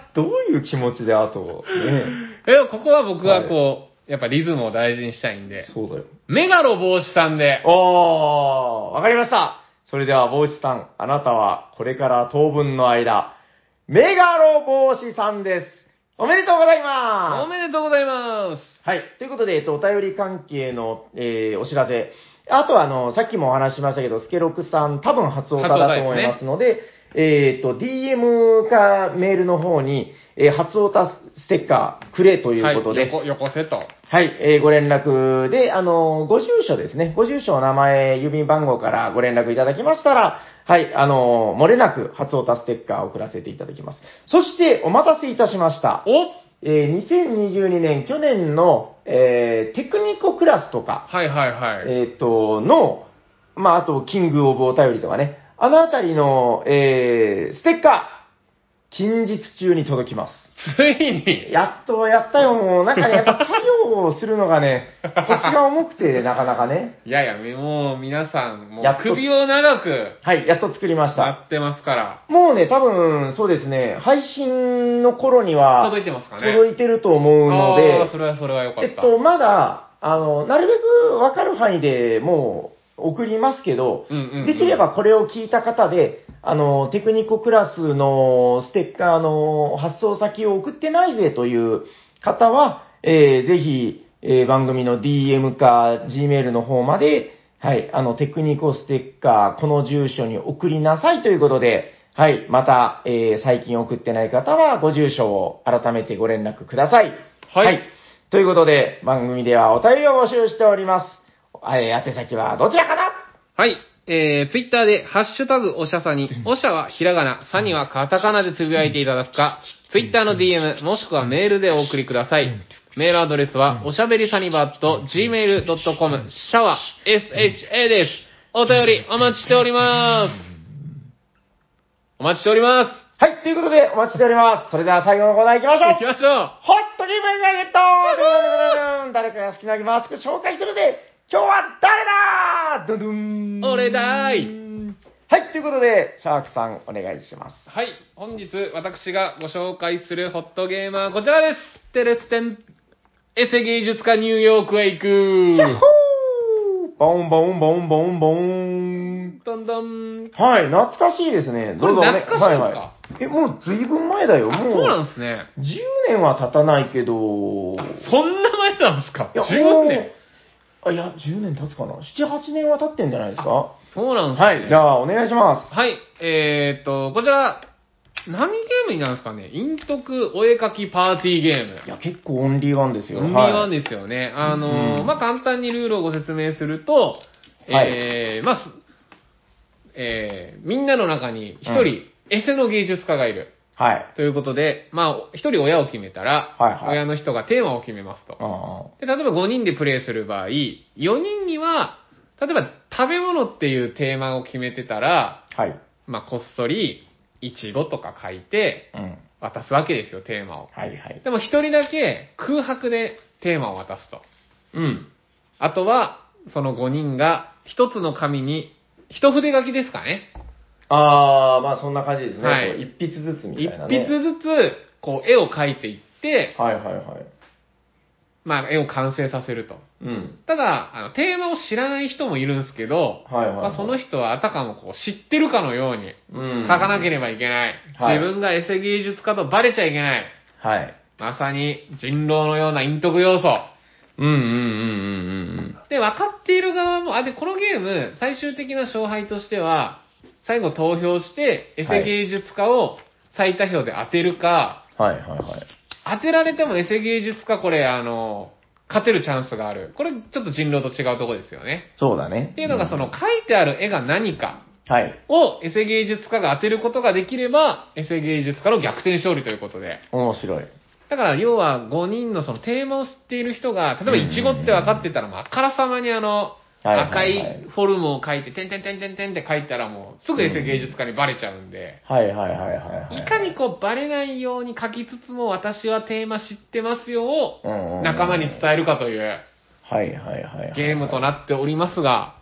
B: どういう気持ちであと、ね
A: え、ここは僕はこう、やっぱリズムを大事にしたいんで。
B: そうだよ。
A: メガロ帽子さんで。
B: おー、わかりました。それでは帽子さん、あなたはこれから当分の間、メガロ帽子さんです。おめでとうございます。
A: おめでとうございます。
B: はい。ということで、えっと、お便り関係の、えー、お知らせ。あとは、あの、さっきもお話ししましたけど、スケロクさん、多分初オタだと思いますので、でね、えっと、ディーエム かメールの方に、えー、初オタステッカーくれということで、
A: はい、よこ、よこせと。
B: はい、えー、ご連絡で、あの、ご住所ですね。ご住所、お名前、郵便番号からご連絡いただきましたら、はい、あの、漏れなく初オタステッカーを送らせていただきます。そして、お待たせいたしました。
A: お
B: えー、にせんにじゅうにねん、去年の、えー、テクニコクラスとか、
A: はいはいはい。
B: えっと、の、まあ、あと、キングオブお便りとかね、あのあたりの、えー、ステッカー、近日中に届きます。
A: ついに
B: やっとやったよ、もう。なんかね、やっぱ作業をするのがね、腰が重くて、なかなかね。
A: いやいや、もう皆さん、もう
B: やっと
A: 首を長く
B: はい、やっと作りました。
A: なってますから。
B: もうね、多分、そうですね、配信の頃には、
A: 届いてますかね。
B: 届いてると思うの
A: あ
B: で
A: あ、、それはそれはよかった。
B: えっと、まだ、あの、なるべくわかる範囲でもう送りますけど、
A: うんうんうん
B: できればこれを聞いた方で、あの、テクニコクラスのステッカーの発送先を送ってないぜという方は、えーぜひ、えー番組の ディーエム か Gmail の方まで、はい、あの、テクニコステッカー、この住所に送りなさいということで、はい、また、えー最近送ってない方は、ご住所を改めてご連絡ください。
A: はい
B: ということで、番組ではお便りを募集しております。えー、宛先はどちらかな
A: はい。えー、ツイッターで、ハッシュタグおしゃさに、おしゃはひらがな、さにはカタカナでつぶやいていただくか、ツイッターの ディーエム、もしくはメールでお送りください。メールアドレスは、おしゃべりサニバット、ジーメールドットコム、シャワー、エスエイチエー です。お便りお待ちしております。お待ちしております。
B: はい、ということでお待ちしております。それでは最後のコーナー行きましょう。
A: 行きましょう。
B: ホットゲームエンガゲット誰かが好きなゲームを紹介するので、今日は誰だドゥドゥン
A: 俺だーい。
B: はい、ということで、シャークさんお願いします。
A: はい。本日、私がご紹介するホットゲームはこちらです。テレステン、エセ芸術家ニューヨークへ行く。
B: ヤッホーボンボンボンボンボン。
A: どんどん。
B: はい、懐かしいですね。
A: これ
B: どうぞね。
A: 懐かしいんですか？
B: はいはい、え、もうずいぶん前だよ。
A: あ、
B: もう。
A: そうなんですね。
B: じゅうねんは経たないけど。
A: あ、そんな前なんですか？
B: いや、
A: じゅうねん。
B: あ、いや、じゅうねん経つかな。なな、はちねんは経ってんじゃないですか。
A: そうなんですね。
B: はい、じゃあお願いします。
A: はい、えーっと、こちら、何ゲームになるんですかね？陰徳お絵描きパーティーゲーム。
B: いや、結構オンリーワンですよ。
A: オンリーワン
B: で
A: ですよね。あのー、
B: うん
A: まあ、簡単にルールをご説明すると、えー、まあ、すえー、みんなの中に一人、エセの芸術家がいる。
B: はい。
A: ということで、まあ、一人親を決めたら、
B: はいはい
A: 親の人がテーマを決めますと。
B: あ
A: で、例えばごにんでプレイする場合、よにんには、例えば食べ物っていうテーマを決めてたら、
B: あ。はい。
A: まあ、こっそり、いちごとか書いて、
B: うん。
A: 渡すわけですよ、テーマを。
B: はいはい。
A: でも一人だけ空白でテーマを渡すと。
B: うん。
A: あとは、そのごにんが一つの紙に、一筆書きですかね。
B: あー、まあそんな感じですね。
A: はい
B: こう一筆ずつみ
A: 一
B: たいなね。
A: 筆ずつ、こう、絵を描いていって、
B: はいはいはい。
A: まあ、絵を完成させると。
B: うん。
A: ただ、あの、テーマを知らない人もいるんですけど、
B: はいはいはい
A: まあ、その人はあたかもこう知ってるかのように
B: うん。
A: 書かなければいけない。
B: はい
A: 自分がエセ芸術家とバレちゃいけない。
B: はい。
A: まさに人狼のような陰徳要素。
B: うんうんうんうんうん
A: で、分かっている側も、あ、で、このゲーム、最終的な勝敗としては、最後投票して、エセ芸術家を最多票で当てるか、
B: うん。はいはいはい。
A: 当てられてもエセ芸術家、これ、あの、勝てるチャンスがある。これ、ちょっと人狼と違うところですよね。
B: そうだね。
A: っていうのが、その、書いてある絵が何か
B: はい。
A: をエセ芸術家が当てることができれば、エセ芸術家の逆転勝利ということで。
B: 面白い。
A: だから、要はごにんのそのテーマを知っている人が、例えばイチゴって分かってたら、もうあからさまにあの、
B: はいはいはい
A: 赤いフォルムを書いて、てんてんてんてんてんって書いたらもう、すぐエセ芸術家にバレちゃうんで、
B: はいはいはいはいはい。
A: いかにこう、バレないように書きつつも、私はテーマ知ってますよを、仲間に伝えるかという
B: はいはいはいはい。
A: ゲームとなっておりますが、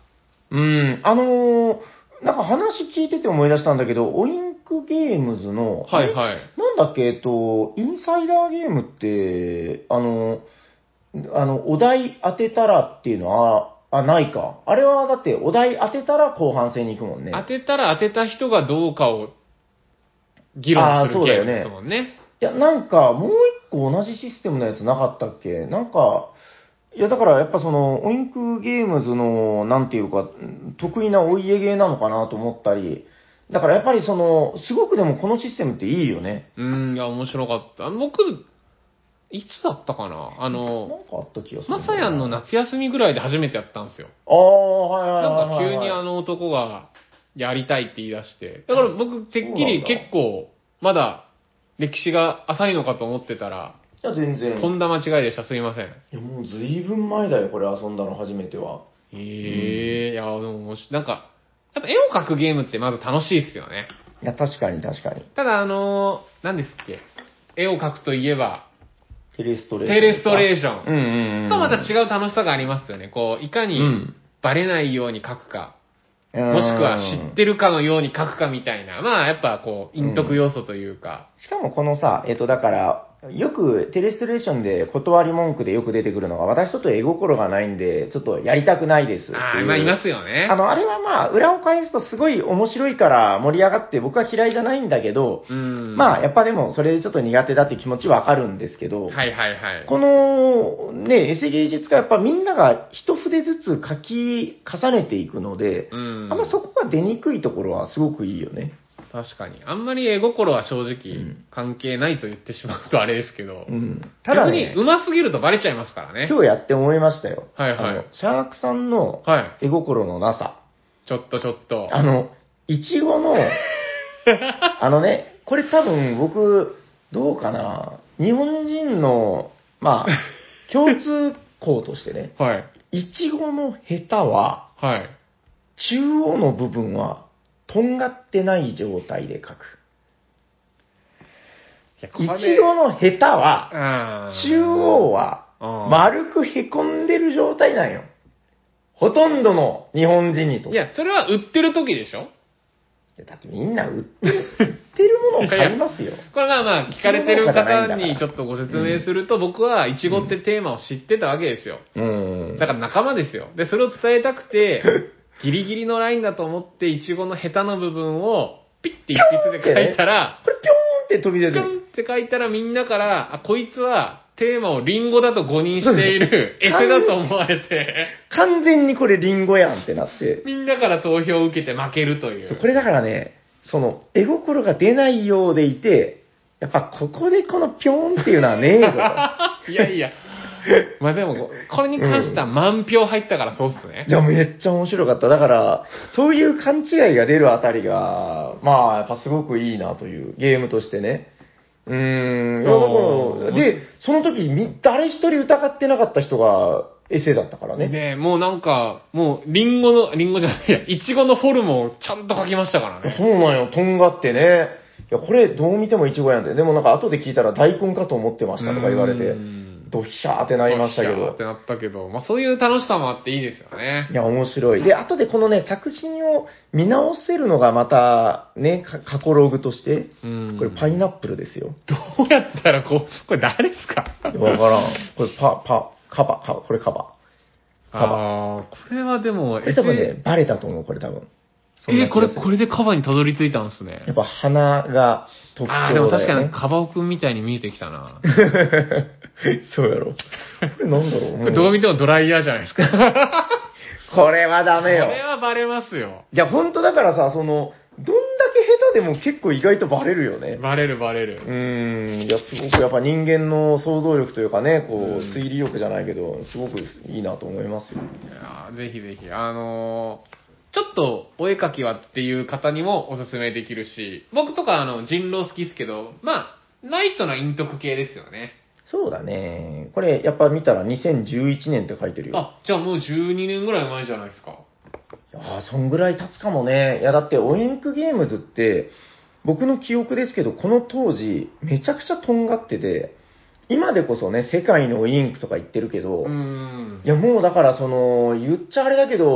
B: うん、あのー、なんか話聞いてて思い出したんだけど、オインクゲームズの、
A: はいはい。
B: なんだっけ、えっと、インサイダーゲームって、あの、あの、お題当てたらっていうのは、あ、ないか。あれはだって、お題当てたら後半戦に行くもんね。
A: 当てたら当てた人がどうかを議論するゲームですもんね。
B: いや、なんか、もう一個同じシステムのやつなかったっけなんか、いや、だからやっぱその、オインクゲームズの、なんていうか、得意なお家芸なのかなと思ったり、だからやっぱりその、すごくでもこのシステムっていいよね。
A: うーん、いや、面白かった。僕、いつだったかなあの、
B: なんかあった気がする。
A: まさやんの夏休みぐらいで初めてやったんですよ。
B: ああ、はいはいはいはい、はい。
A: なんか急にあの男がやりたいって言い出して。だから僕、てっきり結構、まだ歴史が浅いのかと思ってたら、
B: いや、全然。
A: とんだ間違いでした。すいません。い
B: や、もうずいぶん前だよ、これ遊んだの初めては。
A: ええー、いや、でももし、なんか、やっぱ絵を描くゲームってまず楽しいっすよね。
B: いや、確かに確かに。
A: ただ、あのー、何ですっけ。絵を描くといえば、
B: テレストレーション。
A: テレストレーション。
B: うんうんうん。
A: とまた違う楽しさがありますよね。こう、いかにバレないように描くか。
B: うん、
A: もしくは知ってるかのように書くかみたいな。まあ、やっぱこう、陰徳要素というか。
B: うん、しかもこのさ、えっと、だから、よくテレストレーションで断り文句でよく出てくるのが、私ちょっと絵心がないんで、ちょっとやりたくないですっていう。
A: ああ、まあいますよね。
B: あの、あれはまあ、裏を返すとすごい面白いから盛り上がって僕は嫌いじゃないんだけど、
A: うん。
B: まあ、やっぱでもそれでちょっと苦手だって気持ちわかるんですけど、
A: はいはいはい。
B: このね、エセ芸術家やっぱみんなが一筆ずつ書き重ねていくので、
A: うん。
B: あんまそこが出にくいところはすごくいいよね。
A: 確かに。あんまり絵心は正直関係ないと言ってしまうとあれですけど。
B: うん。ただね、
A: 逆に上手すぎるとバレちゃいますからね。
B: 今日やって思いましたよ。
A: はいはい。
B: あの、シャークさんの絵心のなさ。はい、
A: ちょっとちょっと。
B: あの、いちごの、あのね、これ多分僕、どうかな。日本人の、まあ、共通項としてね。
A: はい。
B: いちごのヘタは、
A: はい。
B: 中央の部分は、とんがってない状態で描く。いちごのヘタは、中央は、丸くへこんでる状態なんよ。ほとんどの日本人にとって。
A: いや、それは売ってる時でしょ？
B: だってみんな売ってる、売ってるものを買いますよ。いやいや
A: これまあまあ、聞かれてる方にちょっとご説明すると、僕はイチゴってテーマを知ってたわけですよ。
B: うん。
A: だから仲間ですよ。で、それを伝えたくて、ギリギリのラインだと思って、イチゴのヘタの部分を、ピッて一筆で書いたら、
B: これピョーンって飛び出てる。
A: ピョンって書いたらみんなから、あ、こいつは、テーマをリンゴだと誤認しているエセだと思われて、
B: 完全にこれリンゴやんってなって。
A: みんなから投票を受けて負けるという。
B: そう、これだからね、その、絵心が出ないようでいて、やっぱここでこのピョーンっていうのはねえぞ
A: と。いやいや。まあでも、これに関しては満票入ったからそうっすね。
B: いや、めっちゃ面白かった。だから、そういう勘違いが出るあたりが、まあ、やっぱすごくいいなという、ゲームとしてね。うーん。いや、だから、で、その時、み、誰一人疑ってなかった人が、エセだったからね。
A: ねえ、もうなんか、もう、リンゴの、リンゴじゃないや、イチゴのフォルムをちゃんと描きましたからね。
B: そうなんよ、とんがってね。いや、これ、どう見てもイチゴやんで。でもなんか、後で聞いたら大根かと思ってましたとか言われて、ドヒャーってなりましたけど。ドヒャー
A: ってなったけど、まあそういう楽しさもあっていいですよね。
B: いや、面白い。で、後でこのね、作品を見直せるのがまた、ね、過去ログとして、これパイナップルですよ。
A: どうやったらこう、これ誰ですか？
B: わからん。これパ、パ、カバ、カバ、これカバ。
A: カバ。ああ、これはでも、
B: これ多分ね、バレたと思う、これ多分。
A: えー、これ、これでカバにたどり着いたんですね。
B: やっぱ鼻が特徴だよね。
A: ああ、でも確かにカバオくんみたいに見えてきたな。
B: そうやろ。これなんだろう。
A: これどう見てもドライヤーじゃないですか。
B: これはダメよ。
A: これはバレますよ。
B: いや、ほんとだからさ、その、どんだけ下手でも結構意外とバレるよね。
A: バレるバレる。
B: うーん。いや、すごくやっぱ人間の想像力というかね、こう、推理力じゃないけど、すごくいいなと思いますよ。
A: いやぜひぜひ、あのー、ちょっとお絵描きはっていう方にもおすすめできるし、僕とかあの人狼好きですけど、まあ、ライトな陰徳系ですよね。
B: そうだね。これやっぱ見たらにせんじゅういちねんって書いてるよ。
A: あ、じゃあもうじゅうにねんぐらい前じゃないですか。
B: ああ、そんぐらい経つかもね。いやだってオインクゲームズって、僕の記憶ですけど、この当時、めちゃくちゃとんがってて、今でこそね、世界のインクとか言ってるけど、
A: うーん。
B: いやもうだからその、言っちゃあれだけど、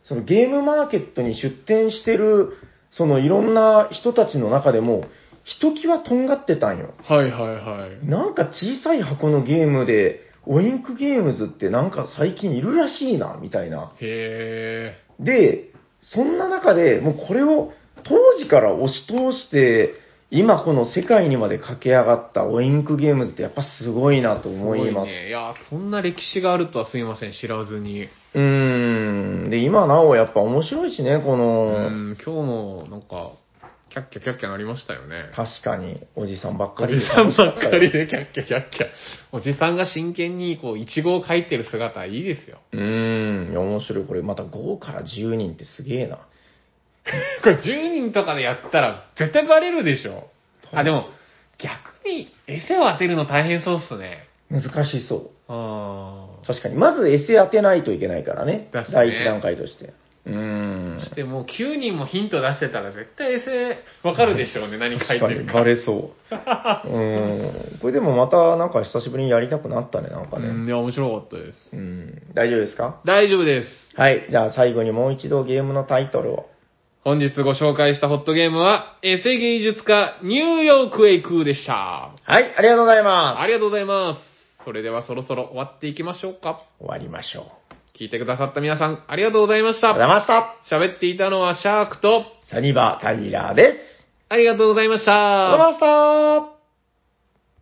B: そのゲームマーケットに出店してる、そのいろんな人たちの中でも、ひときわとんがってたんよ。
A: はいはいはい。
B: なんか小さい箱のゲームで、オインクゲームズってなんか最近いるらしいな、みたいな。
A: へ
B: ー。で、そんな中でもうこれを当時から押し通して、今この世界にまで駆け上がったオインクゲームズってやっぱすごいなと思います。
A: すごいね。いや、そんな歴史があるとはすいません、知らずに。
B: うーん。で、今なおやっぱ面白いしね、この。
A: うん、今日もなんか、キャッキャキャッキャなりましたよね。
B: 確かに、おじさんばっか
A: お
B: り
A: じさんばっかりでキャッキャキャッキャ。おじさんが真剣にこう、イチゴを描いてる姿いいですよ。
B: うーん、いや面白い。これまたごからじゅうにんってすげえな。
A: これじゅうにんとかでやったら絶対バレるでしょ。あ、でも、逆にエセを当てるの大変そうっすね。
B: 難しそう。
A: あ
B: 確かに。まずエセ当てないといけないからね。
A: だっすね
B: 第一段階として。うーん。
A: そしてもうきゅうにんもヒント出してたら絶対エセわかるでしょうね、何書いてるか。
B: バレそう。うーん。これでもまたなんか久しぶりにやりたくなったね、なんかね。
A: うん、いや、面白かったです。
B: うん。大丈夫ですか？
A: 大丈夫です。
B: はい。じゃあ最後にもう一度ゲームのタイトルを。
A: 本日ご紹介したホットゲームは、エセ芸術家ニューヨークへ行くでした。
B: はい、ありがとうございます。
A: ありがとうございます。それではそろそろ終わっていきましょうか。
B: 終わりましょう。
A: 聞いてくださった皆さん、ありがとうございまし
B: ありがとうござい
A: た。
B: ました。
A: 喋っていたのはシャークと、
B: サニバ・タイラーです。
A: ありがとうございました。
B: ありがとうございました。